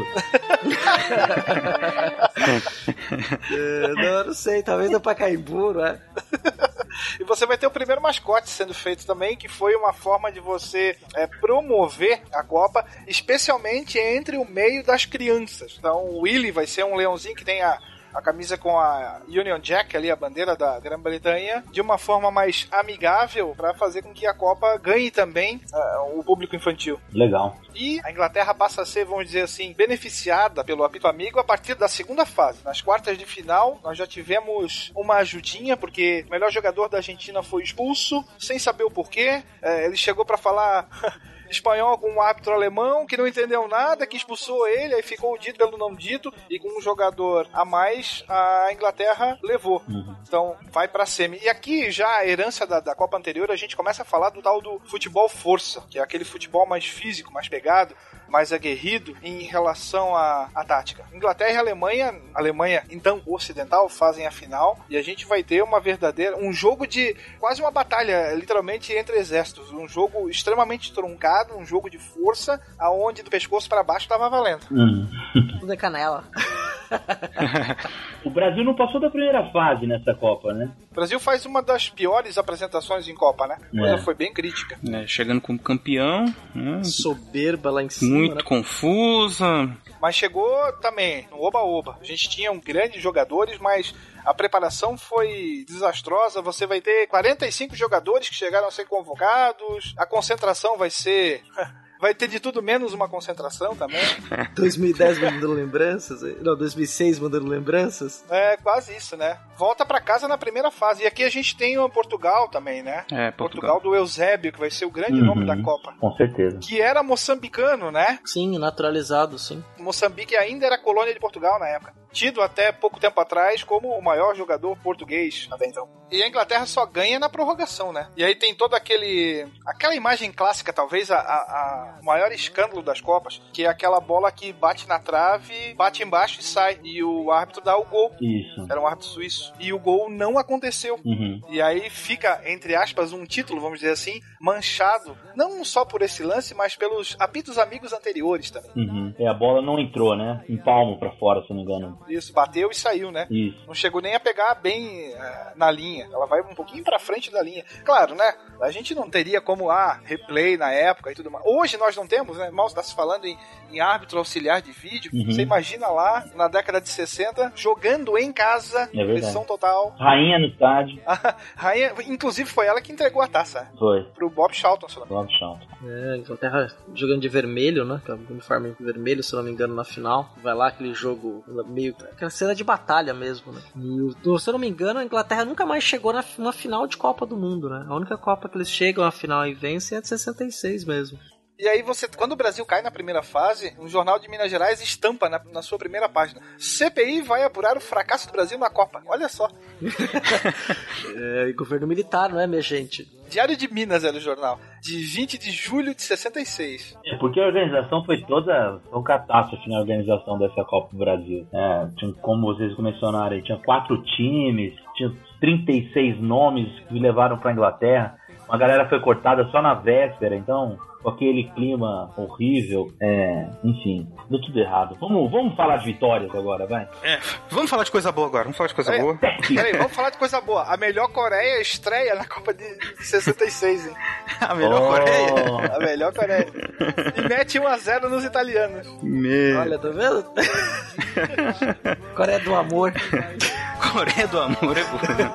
é, não, não sei. Talvez no Pacaembu, né?
E você vai ter o primeiro mascote sendo feito também, que foi uma forma de você é, promover a Copa, especialmente entre o meio das crianças. Então o Willy vai ser um leãozinho que tem a, a camisa com a Union Jack ali, a bandeira da Grã-Bretanha, de uma forma mais amigável para fazer com que a Copa ganhe também uh, o público infantil.
Legal.
E a Inglaterra passa a ser, vamos dizer assim, beneficiada pelo apito amigo a partir da segunda fase. Nas quartas de final, nós já tivemos uma ajudinha, porque o melhor jogador da Argentina foi expulso, sem saber o porquê. É, ele chegou para falar espanhol com um árbitro alemão que não entendeu nada, que expulsou ele, aí ficou o dito pelo não dito, e com um jogador a mais, a Inglaterra levou. Uhum. Então, vai pra semi. E aqui, já a herança da, da Copa anterior, a gente começa a falar do tal do futebol força, que é aquele futebol mais físico, mais pegado, mais aguerrido em relação à, à tática. Inglaterra e Alemanha, Alemanha então ocidental, fazem a final, e a gente vai ter uma verdadeira, um jogo de, quase uma batalha, literalmente, entre exércitos, um jogo extremamente truncado, um jogo de força, aonde do pescoço para baixo estava valendo.
Uhum.
Tudo é canela.
O Brasil não passou da primeira fase nessa Copa, né?
O Brasil faz uma das piores apresentações em Copa, né? A coisa é. foi bem crítica.
É, chegando como campeão. Né?
Soberba lá em cima.
Muito
né?
confusa.
Mas chegou também no oba-oba. A gente tinha um grandes jogadores, mas a preparação foi desastrosa. Você vai ter quarenta e cinco jogadores que chegaram a ser convocados. A concentração vai ser... Vai ter de tudo menos uma concentração também.
dois mil e dez mandando lembranças? Não, dois mil e seis mandando lembranças?
É, quase isso, né? Volta pra casa na primeira fase. E aqui a gente tem o Portugal também, né?
É, Portugal.
Portugal do Eusébio, que vai ser o grande
uhum,
nome da Copa.
Com certeza.
Que era moçambicano, né?
Sim, naturalizado, sim.
Moçambique ainda era colônia de Portugal na época. Tido até pouco tempo atrás como o maior jogador português até então. E a Inglaterra só ganha na prorrogação, né? E aí tem todo aquele... aquela imagem clássica, talvez a, a, a maior escândalo das Copas, que é aquela bola que bate na trave, bate embaixo e sai. E o árbitro dá o gol.
Isso.
Era um árbitro suíço. E o gol não aconteceu.
Uhum.
E aí fica, entre aspas, um título, vamos dizer assim, manchado. Não só por esse lance, mas pelos apitos amigos anteriores também.
Uhum. E a bola não entrou, né? Um palmo pra fora, se não me engano.
Isso, bateu e saiu, né?
Isso.
Não chegou nem a pegar bem uh, na linha. Ela vai um pouquinho pra frente da linha. Claro, né? A gente não teria como, ah, replay na época e tudo mais. Hoje nós não temos, né? Mal está se falando em, em árbitro auxiliar de vídeo. Uhum. Você imagina lá, na década de sessenta, jogando em casa,
é
pressão total.
Rainha no estádio.
A rainha, inclusive foi ela que entregou a taça.
Foi.
Pro Bob Charlton, se não me engano.
Bob Charlton.
É, Inglaterra jogando de vermelho, né? Que é o uniforme vermelho, se não me engano, na final. Vai lá aquele jogo meio... aquela cena de batalha mesmo, né? E, se eu não me engano, a Inglaterra nunca mais chegou na, na final de Copa do Mundo, né? A única Copa que eles chegam à final e vencem é de sessenta e seis mesmo.
E aí você, quando o Brasil cai na primeira fase, um jornal de Minas Gerais estampa na, na sua primeira página: C P I vai apurar o fracasso do Brasil na Copa. Olha só.
É, governo militar, não é, minha gente?
Diário de Minas era o jornal, de vinte de julho de sessenta e seis.
É, porque a organização foi toda foi um catástrofe na organização dessa Copa do Brasil. É, tinha, como vocês mencionaram aí, tinha quatro times, tinha trinta e seis nomes que levaram para a Inglaterra. Uma galera foi cortada só na véspera, então... com aquele clima horrível, é, enfim, deu tudo errado. Vamos, vamos falar de vitórias agora, vai?
É, vamos falar de coisa boa agora, vamos falar de coisa
é,
boa.
Peraí, vamos falar de coisa boa. A melhor Coreia estreia na Copa de sessenta e seis, hein?
A melhor oh. Coreia?
A melhor Coreia. E mete um a zero nos italianos.
Meu.
Olha, tá vendo? Coreia do Amor.
Coreia do Amor é boa.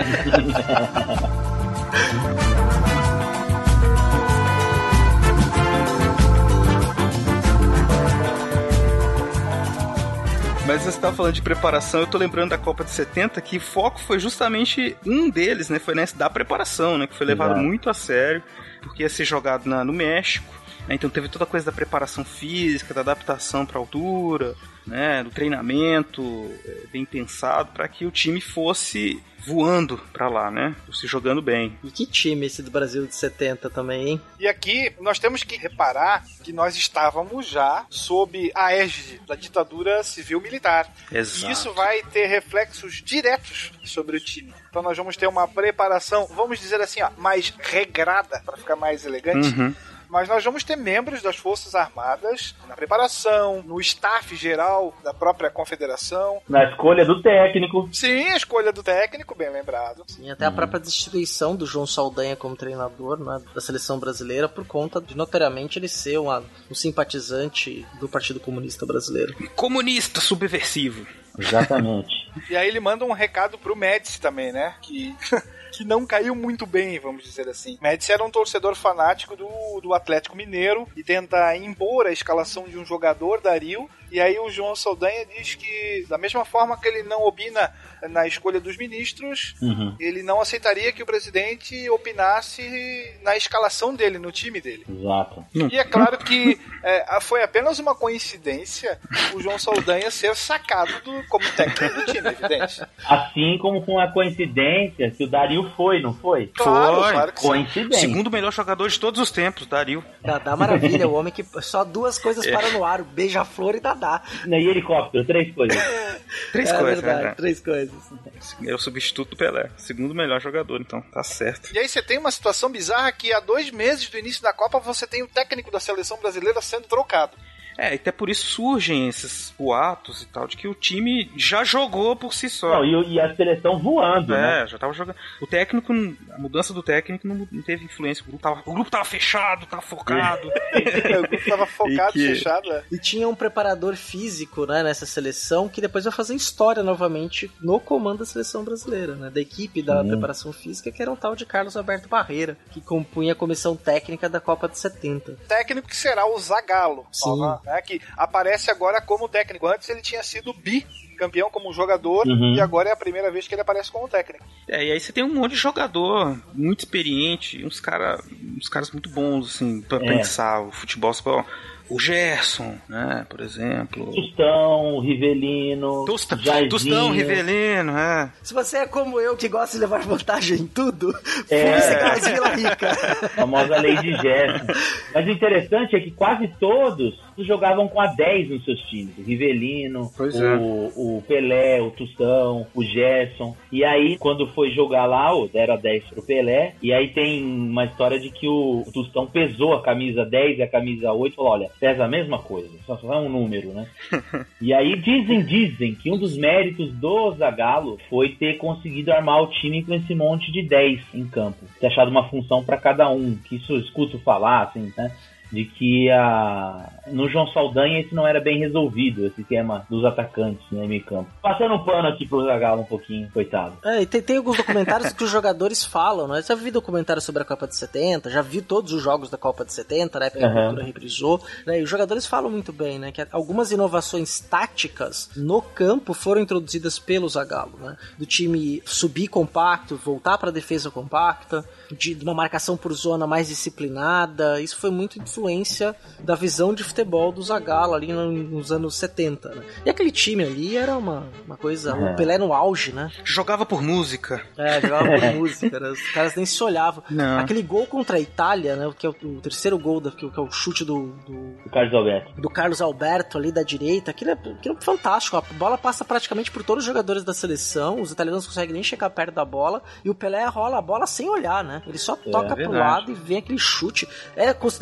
Mas você estava falando de preparação, eu tô lembrando da Copa de setenta, que o foco foi justamente um deles, né? Foi nesse da preparação, né? Que foi levado Exato. muito a sério, porque ia ser jogado na, no México, né? Então teve toda a coisa da preparação física, da adaptação para a altura, né? Do treinamento bem pensado para que o time fosse voando pra lá, né? Se jogando bem.
E que time esse do Brasil de setenta também, hein?
E aqui nós temos que reparar que nós estávamos já sob a égide da ditadura civil-militar.
Exato.
E isso vai ter reflexos diretos sobre o time. Então nós vamos ter uma preparação, vamos dizer assim, ó, mais regrada, para ficar mais elegante.
Uhum.
Mas nós vamos ter membros das Forças Armadas na preparação, no staff geral da própria confederação.
Na escolha do técnico.
Sim, a escolha do técnico, bem lembrado.
Sim, até a própria destituição do João Saldanha como treinador, né, da seleção brasileira, por conta de, notoriamente, ele ser uma, um simpatizante do Partido Comunista Brasileiro.
Comunista subversivo.
Exatamente.
E aí ele manda um recado pro Médici também, né? Que... que não caiu muito bem, vamos dizer assim. Médici era um torcedor fanático do, do Atlético Mineiro e tenta impor a escalação de um jogador, Dario, e aí o João Saldanha diz que, da mesma forma que ele não opina na escolha dos ministros,
uhum.
ele não aceitaria que o presidente opinasse na escalação dele, no time dele.
Exato.
E é claro que é, foi apenas uma coincidência o João Saldanha ser sacado do, como técnico do time, evidente.
Assim como com a coincidência que o Dario foi, não foi?
Claro,
foi.
claro que
Coincidência.
Sim. Segundo melhor jogador de todos os tempos, Dario.
Dadá maravilha, o homem que só duas coisas
É.
para no ar, beija-flor e Dadá.
E helicóptero, três coisas.
Três
é
coisas,
verdade,
né?
três coisas.
É o substituto do Pelé. Segundo melhor jogador, então tá certo.
E aí você tem uma situação bizarra que há dois meses do início da Copa você tem o técnico da seleção brasileira sendo trocado.
É, até por isso surgem esses boatos e tal, de que o time já jogou por si só.
Não, e, e a seleção voando,
É,
né?
já tava jogando. O técnico, a mudança do técnico não, não teve influência. O grupo tava, o grupo tava fechado, tava focado.
O grupo tava focado,
E que-
fechado. É.
E tinha um preparador físico, né, nessa seleção, que depois vai fazer história novamente no comando da seleção brasileira, né, da equipe da
Sim.
preparação física, que era um tal de Carlos Alberto Barreira, que compunha a comissão técnica da Copa de setenta.
Técnico que será o Zagallo,
Sim.
nova, né, que aparece agora como técnico. Antes ele tinha sido bicampeão como jogador
Uhum.
e agora é a primeira vez que ele aparece como técnico.
É, e aí você tem um monte de jogador muito experiente, uns, cara, uns caras muito bons, assim, pra
É.
pensar o futebol. Você fala, ó, o Gerson, né, por exemplo.
Tostão, Rivelino,
Tosta,
Jairzinho.
Tostão, Rivelino, é.
Se você é como eu, que gosta de levar vantagem em tudo,
É.
fui esse cara de Vila Rica.
A famosa lei de Gerson. Mas o interessante é que quase todos jogavam com a dez nos seus times. O Rivelino,
Pois
o,
é.
o Pelé, o Tostão, o Gerson. E aí, quando foi jogar lá, ó, deram a dez pro Pelé. E aí tem uma história de que o, o Tostão pesou a camisa dez e a camisa oito e falou, olha, pesa a mesma coisa, só só é um número, né? E aí dizem, dizem que um dos méritos do Zagallo foi ter conseguido armar o time com esse monte de dez em campo. Ter achado uma função para cada um, que isso eu escuto falar, assim, né? De que a... no João Saldanha isso não era bem resolvido, esse tema dos atacantes, né, meio campo. Passando um pano aqui pro Zagallo um pouquinho, coitado.
É, e tem, tem alguns documentários que os jogadores falam, né? Já vi documentário sobre a Copa de setenta, já vi todos os jogos da Copa de setenta, na época que a
Uhum.
cultura reprisou, né? E os jogadores falam muito bem, né? Que algumas inovações táticas no campo foram introduzidas pelo Zagallo, né? Do time subir compacto, voltar para defesa compacta, de uma marcação por zona mais disciplinada. Isso foi muito influência da visão de futebol do Zagallo ali no- nos anos setenta, né? E aquele time ali era uma, uma coisa,
É.
o Pelé no auge, né?
Jogava por música.
É, jogava por música, né? Os caras nem se olhavam.
Não.
Aquele gol contra a Itália, né? Que é o, o terceiro gol, da, que, é o chute do, do,
O Carlos Alberto.
do Carlos Alberto ali da direita. Aquilo é, aquilo é fantástico. A bola passa praticamente por todos os jogadores da seleção. Os italianos não conseguem nem chegar perto da bola. E o Pelé rola a bola sem olhar, né? Ele só toca pro
verdade.
lado e vem aquele chute. É considerado não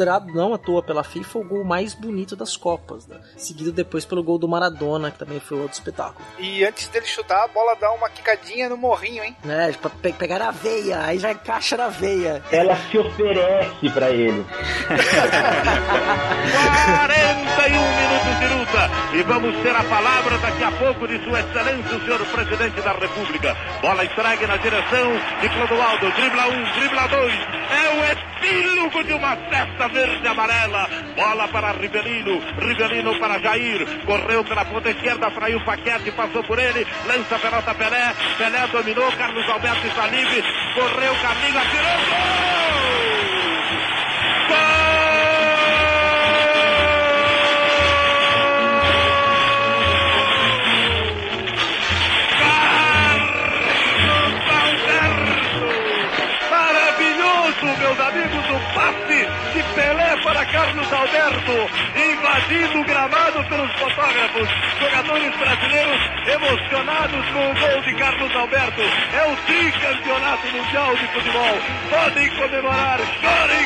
não à toa pela FIFA, o gol mais bonito das Copas, né? Seguido depois pelo gol do Maradona, que também foi outro espetáculo.
E antes dele chutar, a bola dá uma quicadinha no morrinho, hein?
É, pra pe- pegar na veia, aí já encaixa na veia.
Ela se oferece pra ele.
quarenta e um minutos de luta e vamos ter a palavra daqui a pouco de Sua Excelência, o senhor Presidente da República. Bola entregue na direção de Clodoaldo, dribla um, dribla dois, é o epílogo de uma festa verde e amarela. Bola para Rivelino, Rivelino para Jair, correu pela ponta esquerda, fraiu Paquete, passou por ele, lança a pelota Pelé, Pelé dominou, Carlos Alberto está livre, correu, Carlinhos, atirou, gol! Gol! Meus amigos, o passe de Pelé para Carlos Alberto, invadindo o gramado pelos fotógrafos, jogadores brasileiros emocionados com o gol de Carlos Alberto. É o tricampeonato mundial de futebol. Podem comemorar, chorem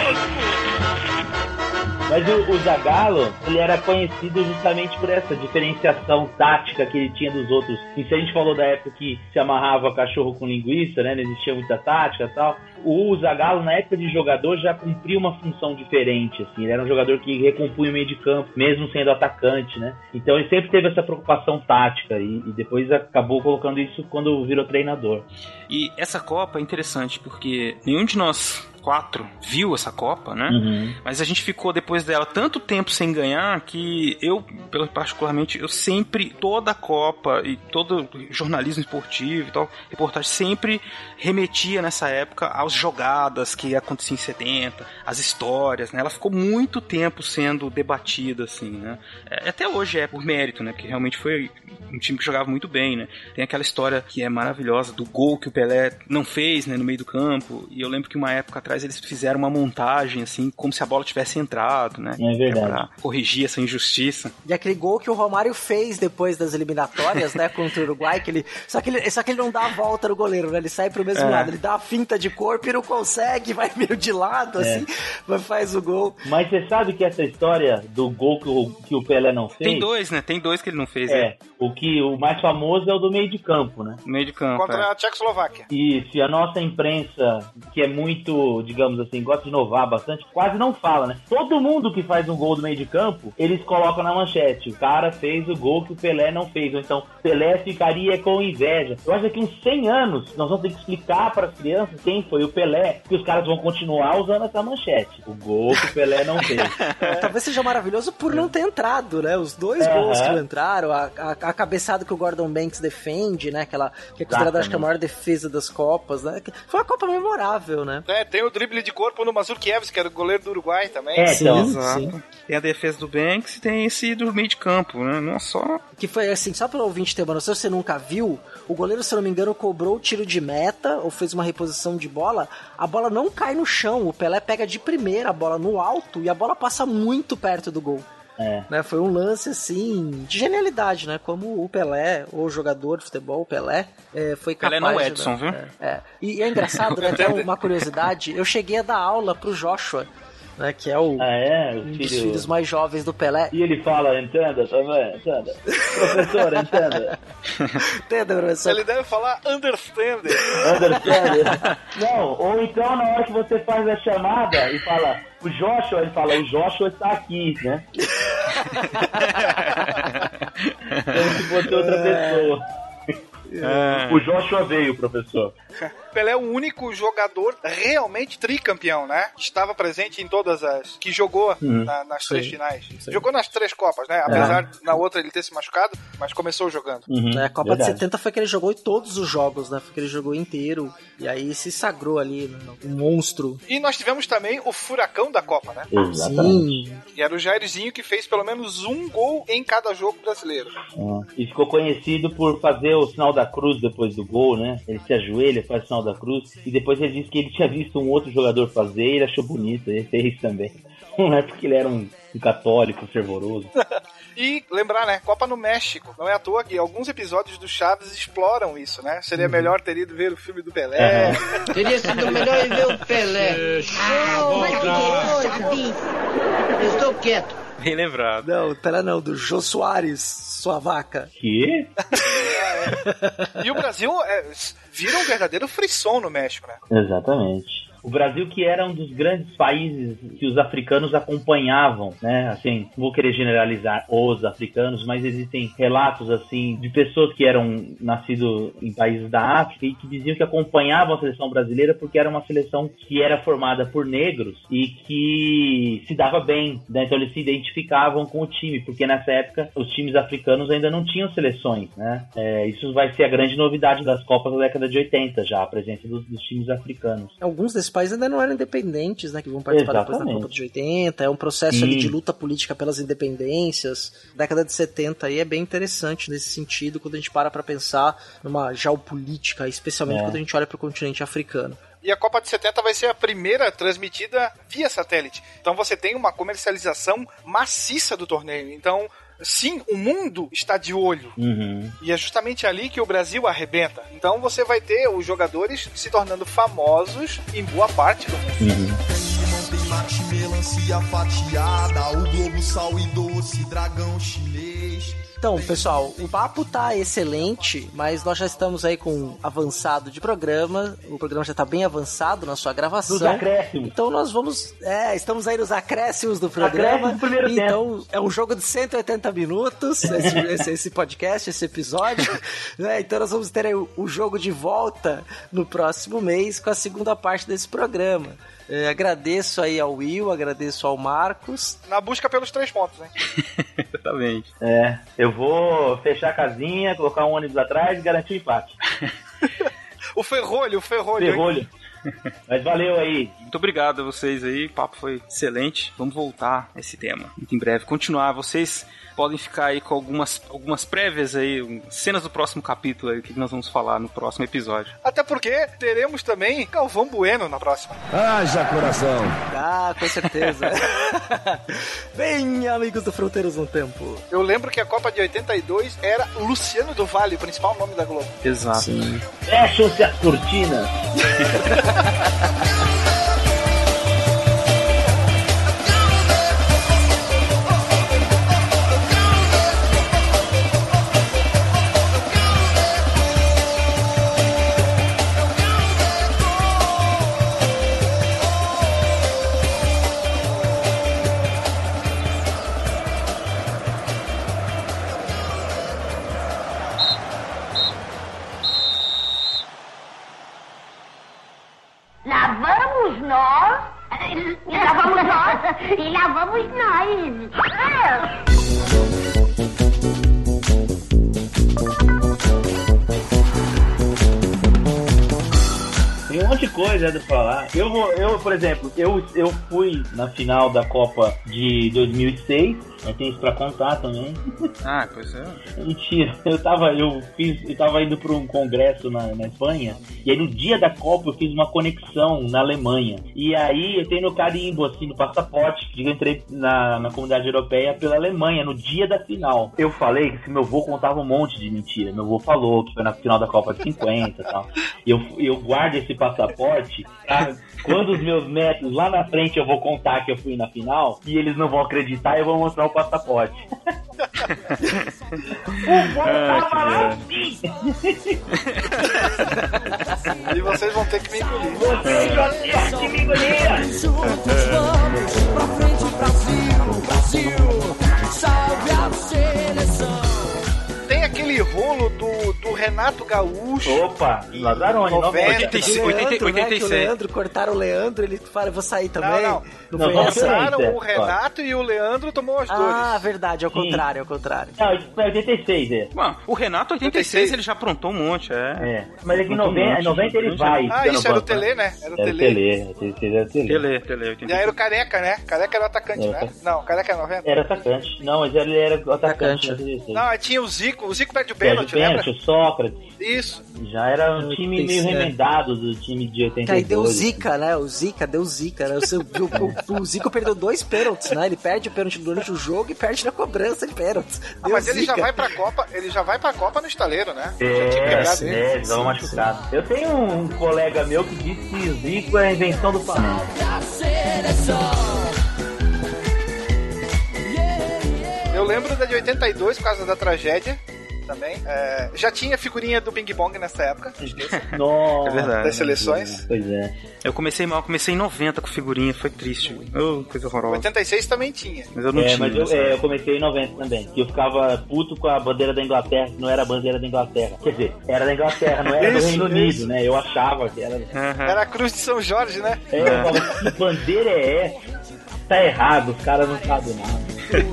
conosco.
Mas o, o Zagallo, ele era conhecido justamente por essa diferenciação tática que ele tinha dos outros. E se a gente falou da época que se amarrava cachorro com linguiça, né, não existia muita tática e tal, o Zagallo, na época de jogador, já cumpria uma função diferente, assim. Ele era um jogador que recompunha o meio de campo, mesmo sendo atacante, né? Então ele sempre teve essa preocupação tática e, e depois acabou colocando isso quando virou treinador.
E essa Copa é interessante porque nenhum de nós quatro viu essa Copa, né?
Uhum.
Mas a gente ficou depois dela tanto tempo sem ganhar que eu, particularmente, eu sempre, toda a Copa e todo jornalismo esportivo e tal, reportagem, sempre remetia nessa época às jogadas que aconteciam em setenta, as histórias, né? Ela ficou muito tempo sendo debatida, assim, né? Até hoje é por mérito, né? Porque realmente foi um time que jogava muito bem, né? Tem aquela história que é maravilhosa do gol que o Pelé não fez, né, no meio do campo, e eu lembro que uma época atrás eles fizeram uma montagem, assim, como se a bola tivesse entrado, né?
É verdade.
Pra corrigir essa injustiça.
E aquele gol que o Romário fez depois das eliminatórias, né, contra o Uruguai, que ele só, que ele... só que ele não dá a volta no goleiro, né? Ele sai pro mesmo
é.
lado, ele dá a finta de corpo e não consegue, vai meio de lado,
é.
assim, mas faz o gol.
Mas você sabe que essa história do gol que o, que o Pelé não fez...
Tem dois, né? Tem dois que ele não fez,
É,
né?
o que o mais famoso é o do meio de campo, né?
Meio de campo,
Contra
é.
a Tchecoslováquia.
Isso, e a nossa imprensa, que é muito, digamos assim, gosta de inovar bastante, quase não fala, né? Todo mundo que faz um gol do meio de campo, eles colocam na manchete: o cara fez o gol que o Pelé não fez, ou então Pelé ficaria com inveja. Eu acho que daqui uns cem anos nós vamos ter que explicar para as crianças quem foi o Pelé, que os caras vão continuar usando essa manchete: o gol que o Pelé não fez.
É, talvez seja maravilhoso por não ter entrado, né? Os dois
Uhum.
gols que não entraram, a, a, a cabeçada que o Gordon Banks defende, né? Aquela que é considerada, acho que a maior defesa das Copas, né? Foi uma Copa memorável, né?
É, tem o drible de corpo no Mazurkiewicz, que era o goleiro do Uruguai também.
É, então.
Sim,
Exato.
sim.
Tem a defesa do Banks e tem esse do meio de campo, né? Não é só...
Que foi assim, só pelo ouvinte ter uma noção, se você nunca viu, o goleiro, se eu não me engano, cobrou o tiro de meta, ou fez uma reposição de bola, a bola não cai no chão, o Pelé pega de primeira a bola no alto e a bola passa muito perto do gol.
É.
Né, foi um lance, assim, de genialidade, né? Como o Pelé, o jogador de futebol, o Pelé, é, foi capaz...
Pelé não
de,
Edson,
né?
viu?
É, é. E é engraçado, né? Até uma curiosidade, eu cheguei a dar aula pro Joshua, né? Que é o,
Ah, é? O
um
filho...
dos filhos mais jovens do Pelé.
E ele fala: entenda também, entenda. Professor, entenda.
Entendeu, professor?
Ele deve falar understand.
Understand? Não, ou então na hora que você faz a chamada e fala o Joshua, ele fala: o Joshua está aqui, né? Como se fosse outra pessoa.
É.
O Joshua veio, professor.
Pelé é o único jogador realmente tricampeão, né? Estava presente em todas as... que jogou
Uhum.
na, nas
Sim.
três finais.
Sim.
Jogou nas três Copas, né? Apesar de na outra ele ter se machucado, mas começou jogando.
Uhum,
É, a Copa
verdade.
de setenta foi que ele jogou em todos os jogos, né? Foi que ele jogou inteiro. E aí se sagrou ali, né? Um monstro.
E nós tivemos também o furacão da Copa, né?
Exatamente.
Sim.
E era o Jairzinho que fez pelo menos um gol em cada jogo brasileiro.
É. E ficou conhecido por fazer o sinal da cruz depois do gol, né? Ele se ajoelha, faz o sinal da cruz. E depois ele disse que ele tinha visto um outro jogador fazer e ele achou bonito. Ele fez também. Não é porque ele era um, um católico fervoroso.
E lembrar, né? Copa no México. Não é à toa que alguns episódios do Chaves exploram isso, né? Seria melhor ter ido ver o filme do Pelé.
Uhum.
Teria sido melhor ir ver o Pelé.
Oh, mas que coisa!
Eu estou quieto.
Bem lembrado.
Não, Pelé não, do Jô Soares, sua vaca.
Que?
E o Brasil é, vira um verdadeiro frisson no México, né?
Exatamente. O Brasil, que era um dos grandes países que os africanos acompanhavam, né? Assim, não vou querer generalizar os africanos, mas existem relatos, assim, de pessoas que eram nascidas em países da África e que diziam que acompanhavam a seleção brasileira porque era uma seleção que era formada por negros e que se dava bem, né? Então eles se identificavam com o time, porque nessa época os times africanos ainda não tinham seleções, né? É, isso vai ser a grande novidade das Copas da década de oitenta já, a presença dos, dos times africanos.
Alguns desses países ainda não eram independentes, né, que vão participar
Exatamente.
depois da Copa de oitenta, é um processo ali de luta política pelas independências. A década de setenta aí é bem interessante nesse sentido, quando a gente para pra pensar numa geopolítica, especialmente é. quando a gente olha pro continente africano.
E a Copa de setenta vai ser a primeira transmitida via satélite. Então você tem uma comercialização maciça do torneio. Então, sim, o mundo está de olho.
Uhum.
E é justamente ali que o Brasil arrebenta. Então você vai ter os jogadores se tornando famosos em boa parte do mundo.
Uhum.
Tem mate, melancia fatiada, o globo sal e doce, dragão chinês.
Então, pessoal, o papo tá excelente, mas nós já estamos aí com um avançado de programa. O programa já tá bem avançado na sua gravação.
Nos acréscimos.
Então nós vamos... É, estamos aí nos acréscimos do programa.
Do primeiro
então,
tempo.
é um jogo de cento e oitenta minutos, esse, esse, esse podcast, esse episódio. Né? Então nós vamos ter aí o, o jogo de volta no próximo mês com a segunda parte desse programa. É, agradeço aí ao Will, agradeço ao Marcos.
Na busca pelos três pontos, né?
Exatamente.
É, eu vou fechar a casinha, colocar um ônibus atrás e garantir o empate.
O ferrolho, o ferrolho.
Ferrolho. Mas valeu aí.
Muito obrigado a vocês aí, o papo foi excelente. Vamos voltar a esse tema muito em breve. Continuar, vocês podem ficar aí com algumas, algumas prévias aí, cenas do próximo capítulo aí, que nós vamos falar no próximo episódio.
Até porque teremos também Galvão Bueno na próxima.
Haja coração.
Ah, com certeza. Bem, amigos do Fronteiras no Tempo.
Eu lembro que a Copa de oitenta e dois era Luciano do Vale, o principal nome da Globo.
Exato.
Sim.
Fecham-se as cortinas.
Lá vamos nós, e lá vamos nós, e lá vamos nós.
Tem um monte de coisa pra falar. Eu, vou, eu por exemplo, eu, eu fui na final da Copa de dois mil e seis. Eu tenho isso pra contar também.
Ah, pois é.
Mentira. Eu tava, eu fiz, eu tava indo pra um congresso na, na Espanha. E aí no dia da Copa eu fiz uma conexão na Alemanha. E aí eu tenho no carimbo, assim, no passaporte, que eu entrei na, na comunidade europeia pela Alemanha, no dia da final. Eu falei que meu avô contava um monte de mentira. Meu avô falou que foi na final da Copa de cinquenta e tal. E eu, eu guardo esse passaporte pra quando os meus netos lá na frente eu vou contar que eu fui na final e eles não vão acreditar, eu vou mostrar o passaporte. O vô tava lá assim.
E vocês vão ter que me engolir.
Vocês vão ter que me engolir.
Juntos vamos pra frente, Brasil, Brasil, salve a seleção.
Tem aquele rolo do, do Renato Gaúcho.
Opa, Lazzaroni,
noventa,
oitenta e seis,
oitenta, oitenta e seis.
Né, que o Leandro, cortaram o Leandro, ele fala, eu vou sair também.
Não, não.
Não,
Não,
foi
não,
essa?
Passaram
é,
o Renato e o Leandro tomou as dores.
Ah, verdade, ao contrário, ao contrário.
Não, isso foi oitenta e seis, é.
Mano, o Renato oitenta e seis ele já aprontou um monte, é.
É, mas aqui em noventa, noventa ele vai.
Ah, isso era o Tele, né? Era o
Era o
Tele.
Tele, oitenta e seis era o Tele.
Tele, Tele, oitenta e seis.
E aí era o Careca, né? Careca era o atacante,
Era.
né? Não, Careca era noventa.
Era atacante. Não, mas ele era o atacante.
Atacante.
oitenta e seis.
Não, aí tinha o Zico. O Zico perde o pênalti,
perde o
lembra?
pênalti, o Sócrates.
Isso.
Já era um time meio remendado do time de oitenta e dois.
Que aí deu zica, né? O Zica deu zica, né? O, seu, o, o, o Zico perdeu dois pênaltis, né? Ele perde o pênalti durante o jogo e perde na cobrança de pênaltis.
Ah, mas ele já vai pra Copa, ele já vai pra Copa no estaleiro, né?
É,
sim,
é, ele tava machucado. Eu tenho um colega meu que disse que o Zico é a invenção do Flamengo.
Eu lembro da de oitenta e dois por causa da tragédia também. É, já tinha figurinha do Bing Bong nessa época.
Nossa,
é verdade.
Das seleções.
Pois é.
Eu comecei mal, comecei em noventa com figurinha, foi triste. Oh, coisa horrorosa.
oitenta e seis também tinha.
Mas eu não
é,
tinha.
Mas eu, é, eu comecei em noventa também. Que eu ficava puto com a bandeira da Inglaterra, que não era a bandeira da Inglaterra. Quer dizer, era da Inglaterra, não era
isso,
do Reino Unido,
isso.
né? Eu achava que era.
Uhum.
Era a Cruz de São Jorge, né?
É, eu falava, que bandeira é essa? Tá errado, os caras não sabem nada.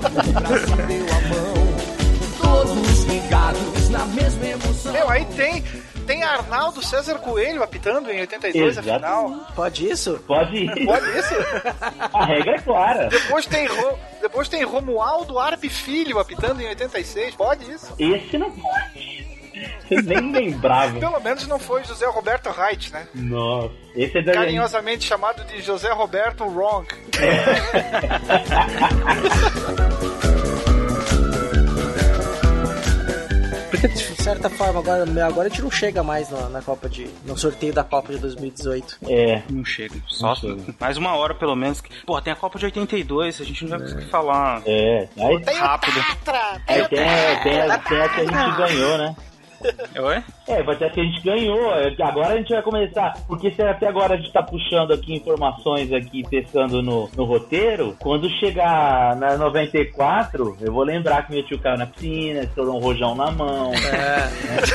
Meu, aí tem, tem Arnaldo César Coelho apitando em oitenta e dois,
Exato.
afinal.
Pode isso?
Pode ir.
Pode isso?
A regra é clara.
Depois tem, Ro, depois tem Romualdo Arpe Filho apitando em oitenta e seis, pode isso?
Esse não pode. Você nem lembrava.
Pelo menos não foi José Roberto Reit, né?
Nossa. Esse é da...
Carinhosamente chamado de José Roberto Wrong.
Porque, de certa forma, agora, agora a gente não chega mais na, na Copa de. no sorteio da Copa de dois mil e dezoito.
É.
Não chega. Só
Não chega.
mais uma hora, pelo menos. Pô, tem a Copa de oitenta e dois, a gente não vai conseguir falar
É. Aí,
Tem
rápido.
o Tatra!
aí tem, a- tem, a, tem a que a gente ganhou, né?
Oi?
É, vai ter a que a gente ganhou. Agora a gente vai começar. Porque se até agora a gente tá puxando aqui informações aqui, pensando no, no roteiro, quando chegar na noventa e quatro, eu vou lembrar que meu tio caiu na piscina, estourou um rojão na mão.
É.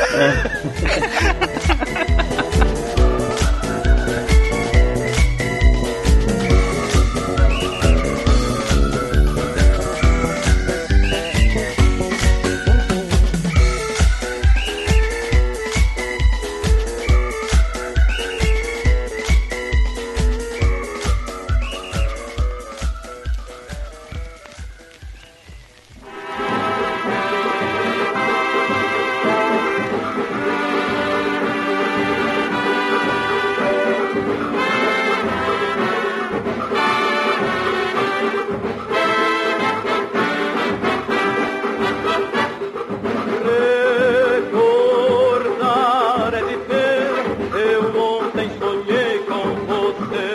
Recordar é viver, eu ontem sonhei com você.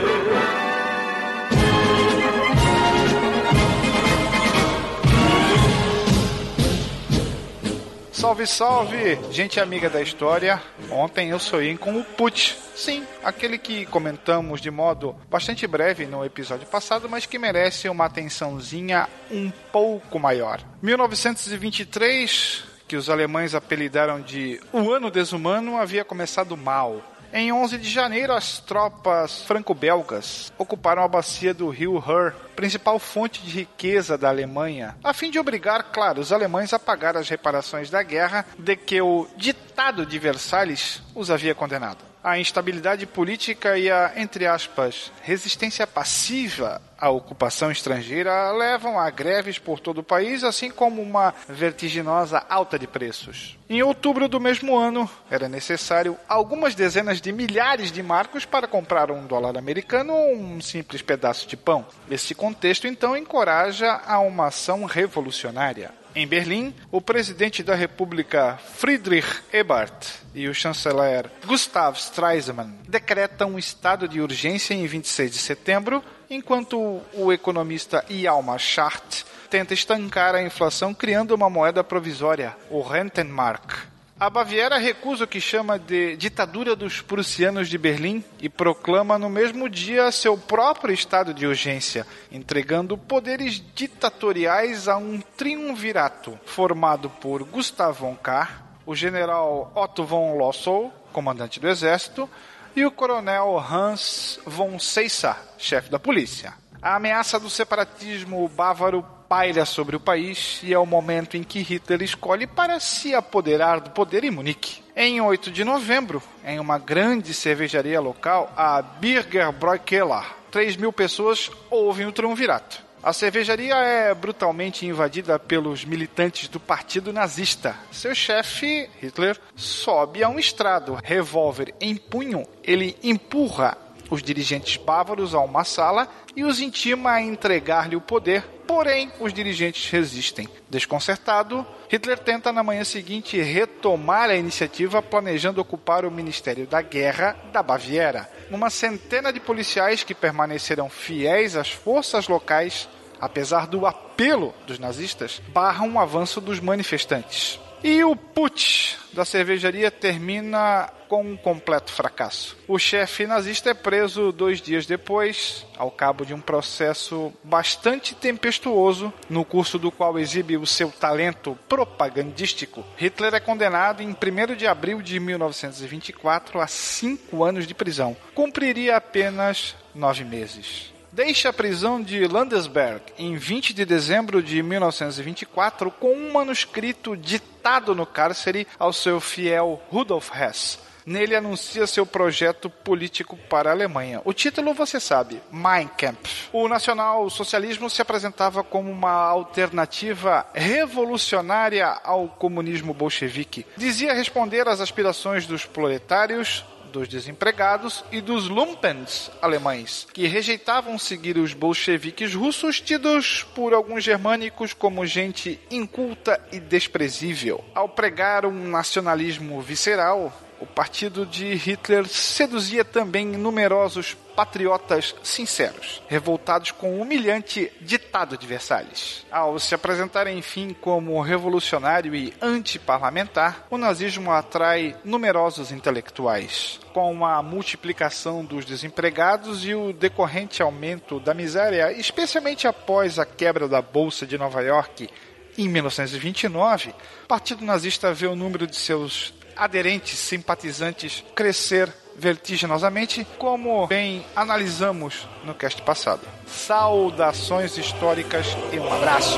Salve, salve, gente amiga da história. Ontem eu sonhei com o Putsch. Sim, aquele que comentamos de modo bastante breve no episódio passado, mas que merece uma atençãozinha um pouco maior. mil novecentos e vinte e três, que os alemães apelidaram de O Ano Desumano, havia começado mal. Em onze de janeiro, as tropas franco-belgas ocuparam a bacia do rio Ruhr, principal fonte de riqueza da Alemanha, a fim de obrigar, claro, os alemães a pagar as reparações da guerra de que o Ditado de Versalhes os havia condenado. A instabilidade política e a, entre aspas, resistência passiva à ocupação estrangeira levam a greves por todo o país, assim como uma vertiginosa alta de preços. Em outubro do mesmo ano, era necessário algumas dezenas de milhares de marcos para comprar um dólar americano ou um simples pedaço de pão. Esse contexto, então, encoraja a uma ação revolucionária. Em Berlim, o presidente da República Friedrich Ebert e o chanceler Gustav Stresemann decretam um estado de urgência em vinte e seis de setembro, enquanto o economista Hjalmar Schacht tenta estancar a inflação criando uma moeda provisória, o Rentenmark. A Baviera recusa o que chama de ditadura dos prussianos de Berlim e proclama no mesmo dia seu próprio estado de urgência, entregando poderes ditatoriais a um triunvirato formado por Gustav von Kahr, o general Otto von Lossow, comandante do exército, e o coronel Hans von Seissa, chefe da polícia. A ameaça do separatismo bávaro paira sobre o país e é o momento em que Hitler escolhe para se apoderar do poder em Munique. Em oito de novembro, em uma grande cervejaria local, a Birger Bräukeller, três mil pessoas ouvem o triunvirato. A cervejaria é brutalmente invadida pelos militantes do partido nazista. Seu chefe, Hitler, sobe a um estrado. Revólver em punho, ele empurra os dirigentes bávaros a uma sala e os intima a entregar-lhe o poder, porém os dirigentes resistem. Desconcertado, Hitler tenta na manhã seguinte retomar a iniciativa, planejando ocupar o Ministério da Guerra da Baviera. Uma centena de policiais que permaneceram fiéis às forças locais, apesar do apelo dos nazistas, barram o avanço dos manifestantes. E o putsch da cervejaria termina com um completo fracasso. O chefe nazista é preso dois dias depois, ao cabo de um processo bastante tempestuoso, no curso do qual exibe o seu talento propagandístico. Hitler é condenado em primeiro de abril de mil novecentos e vinte e quatro a cinco anos de prisão. Cumpriria apenas nove meses. Deixa a prisão de Landesberg em vinte de dezembro de mil novecentos e vinte e quatro com um manuscrito ditado no cárcere ao seu fiel Rudolf Hess. Nele anuncia seu projeto político para a Alemanha. O título você sabe, Mein Kampf. O nacional-socialismo se apresentava como uma alternativa revolucionária ao comunismo bolchevique. Dizia responder às aspirações dos proletários, dos desempregados e dos lumpens alemães, que rejeitavam seguir os bolcheviques russos, tidos por alguns germânicos como gente inculta e desprezível. Ao pregar um nacionalismo visceral, o partido de Hitler seduzia também numerosos patriotas sinceros, revoltados com o humilhante ditado de Versalhes. Ao se apresentar, enfim, como revolucionário e antiparlamentar, o nazismo atrai numerosos intelectuais. Com a multiplicação dos desempregados e o decorrente aumento da miséria, especialmente após a quebra da Bolsa de Nova York em mil novecentos e vinte e nove, o partido nazista vê o número de seus aderentes, simpatizantes, crescer vertiginosamente, como bem analisamos no cast passado. Saudações históricas e um abraço!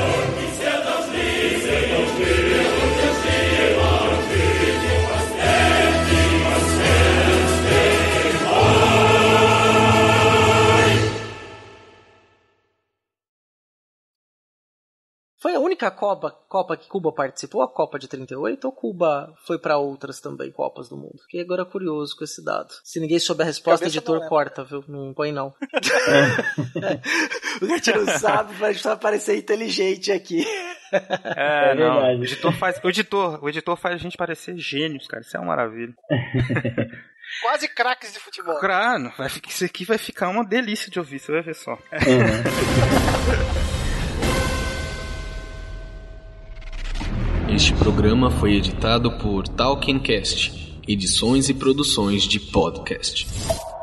Foi a única Copa, Copa que Cuba participou, a Copa de trinta e oito, ou Cuba foi para outras também Copas do Mundo? Fiquei agora curioso com esse dado. Se ninguém souber a resposta,
Cabeça
editor
não
corta, viu? Não põe não. O que a gente não sabe, pra gente parecer inteligente aqui.
É,
É
não.
verdade.
O editor, faz, o, editor, o editor faz a gente parecer gênios, cara. Isso é uma maravilha.
Quase craques de futebol.
Claro, vai, isso aqui vai ficar uma delícia de ouvir, você vai ver só.
Este programa foi editado por Talkencast, edições e produções de podcast.